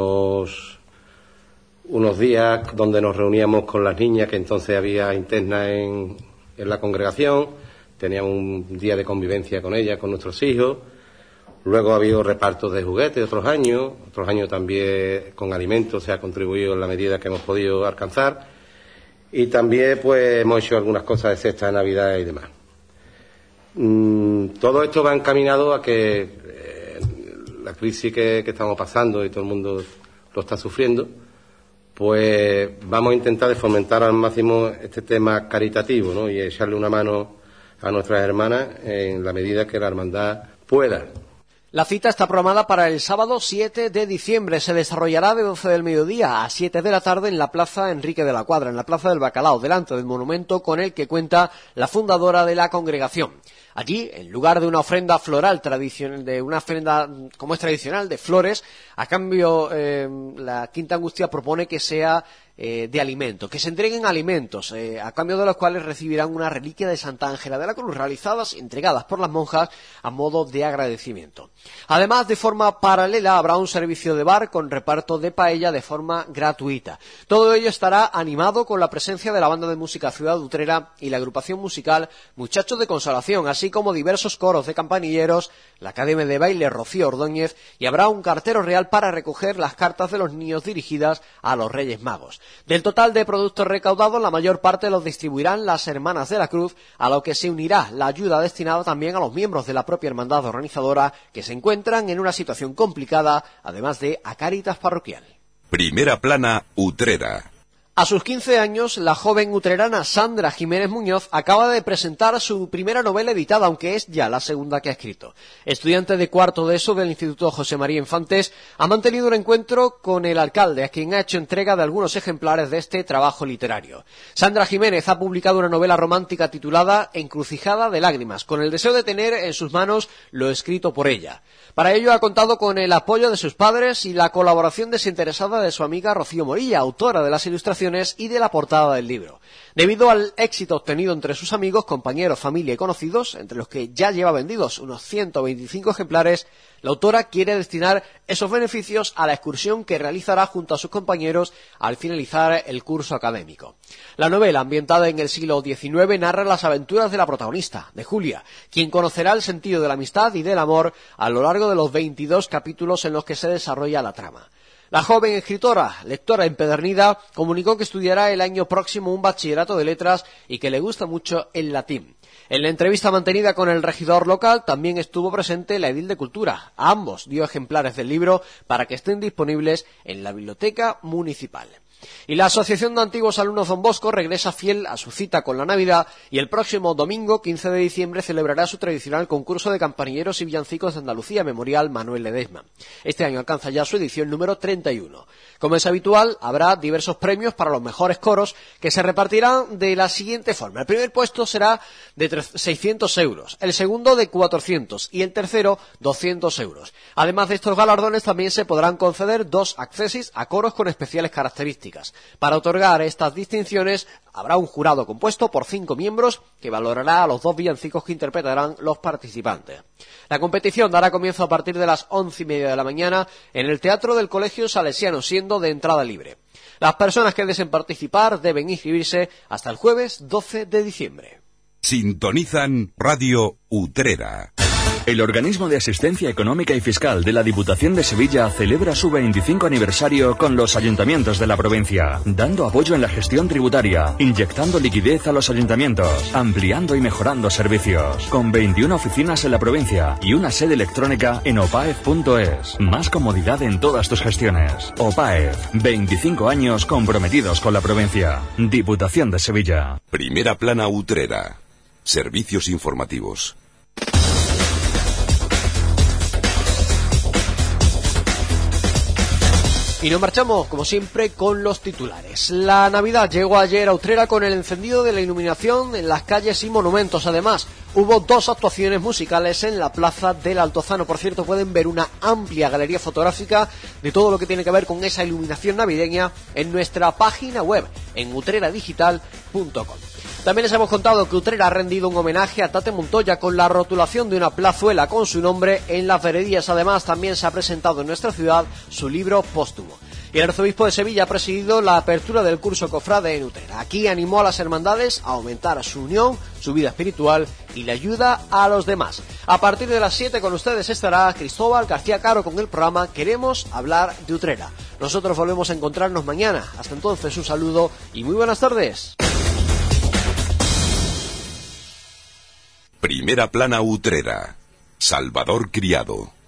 unos, unos días donde nos reuníamos con las niñas, que entonces había internas en, en la congregación, teníamos un día de convivencia con ellas, con nuestros hijos. Luego ha habido repartos de juguetes otros años, otros años también con alimentos se ha contribuido en la medida que hemos podido alcanzar, y también pues hemos hecho algunas cosas de cesta de Navidad y demás. Mm, todo esto va encaminado a que eh, la crisis que, que estamos pasando y todo el mundo lo está sufriendo, pues vamos a intentar de fomentar al máximo este tema caritativo, ¿no? Y echarle una mano a nuestras hermanas en la medida que la hermandad pueda. La cita está programada para el sábado siete de diciembre. Se desarrollará de doce del mediodía a siete de la tarde en la Plaza Enrique de la Cuadra, en la Plaza del Bacalao, delante del monumento con el que cuenta la fundadora de la congregación. Allí, en lugar de una ofrenda floral tradicional, de una ofrenda como es tradicional de flores, a cambio eh, la Quinta Angustia propone que sea eh, de alimentos, que se entreguen alimentos, eh, a cambio de los cuales recibirán una reliquia de Santa Ángela de la Cruz, realizadas y entregadas por las monjas a modo de agradecimiento. Además, de forma paralela, habrá un servicio de bar con reparto de paella de forma gratuita. Todo ello estará animado con la presencia de la banda de música Ciudad de Utrera y la agrupación musical Muchachos de Consolación, así como diversos coros de campanilleros, la Academia de Baile Rocío Ordóñez, y habrá un cartero real para recoger las cartas de los niños dirigidas a los Reyes Magos. Del total de productos recaudados, la mayor parte los distribuirán las Hermanas de la Cruz, a lo que se unirá la ayuda destinada también a los miembros de la propia hermandad organizadora, que se encuentran en una situación complicada, además de a Cáritas Parroquial. Primera plana, Utrera. A sus quince años, la joven utrerana Sandra Jiménez Muñoz acaba de presentar su primera novela editada, aunque es ya la segunda que ha escrito. Estudiante de cuarto de eso del Instituto José María Infantes, ha mantenido un encuentro con el alcalde, a quien ha hecho entrega de algunos ejemplares de este trabajo literario. Sandra Jiménez ha publicado una novela romántica titulada Encrucijada de lágrimas, con el deseo de tener en sus manos lo escrito por ella. Para ello ha contado con el apoyo de sus padres y la colaboración desinteresada de su amiga Rocío Morilla, autora de las ilustraciones ilustraciones y de la portada del libro. Debido al éxito obtenido entre sus amigos, compañeros, familia y conocidos, entre los que ya lleva vendidos unos ciento veinticinco ejemplares, la autora quiere destinar esos beneficios a la excursión que realizará junto a sus compañeros al finalizar el curso académico. La novela, ambientada en el siglo diecinueve, narra las aventuras de la protagonista, de Julia, quien conocerá el sentido de la amistad y del amor a lo largo de los veintidós capítulos en los que se desarrolla la trama. La joven escritora, lectora empedernida, comunicó que estudiará el año próximo un bachillerato de letras y que le gusta mucho el latín. En la entrevista mantenida con el regidor local también estuvo presente la edil de Cultura. A ambos dio ejemplares del libro para que estén disponibles en la biblioteca municipal. Y la Asociación de Antiguos Alumnos Don Bosco regresa fiel a su cita con la Navidad y el próximo domingo, quince de diciembre, celebrará su tradicional concurso de campanilleros y villancicos de Andalucía, Memorial Manuel Ledesma. Este año alcanza ya su edición número treinta y uno. Como es habitual, habrá diversos premios para los mejores coros que se repartirán de la siguiente forma. El primer puesto será de seiscientos euros, el segundo de cuatrocientos y el tercero doscientos euros. Además de estos galardones, también se podrán conceder dos accesis a coros con especiales características. Para otorgar estas distinciones habrá un jurado compuesto por cinco miembros que valorará a los dos villancicos que interpretarán los participantes. La competición dará comienzo a partir de las once y media de la mañana en el Teatro del Colegio Salesiano, siendo de entrada libre. Las personas que deseen participar deben inscribirse hasta el jueves doce de diciembre. Sintonizan Radio Utrera. El Organismo de Asistencia Económica y Fiscal de la Diputación de Sevilla celebra su veinticinco aniversario con los ayuntamientos de la provincia, dando apoyo en la gestión tributaria, inyectando liquidez a los ayuntamientos, ampliando y mejorando servicios, con veintiuna oficinas en la provincia y una sede electrónica en opaef punto es. Más comodidad en todas tus gestiones. OPAEF, veinticinco años comprometidos con la provincia. Diputación de Sevilla. Primera plana Utrera. Servicios informativos. Y nos marchamos, como siempre, con los titulares. La Navidad llegó ayer a Utrera con el encendido de la iluminación en las calles y monumentos. Además, hubo dos actuaciones musicales en la Plaza del Altozano. Por cierto, pueden ver una amplia galería fotográfica de todo lo que tiene que ver con esa iluminación navideña en nuestra página web, en utrera digital punto com. También les hemos contado que Utrera ha rendido un homenaje a Tate Montoya con la rotulación de una plazuela con su nombre en las veredías. Además, también se ha presentado en nuestra ciudad su libro póstumo. Y el arzobispo de Sevilla ha presidido la apertura del curso cofrade en Utrera. Aquí animó a las hermandades a aumentar su unión, su vida espiritual y la ayuda a los demás. A partir de las siete con ustedes estará Cristóbal García Caro con el programa Queremos hablar de Utrera. Nosotros volvemos a encontrarnos mañana. Hasta entonces, un saludo y muy buenas tardes. Primera plana Utrera. Salvador Criado.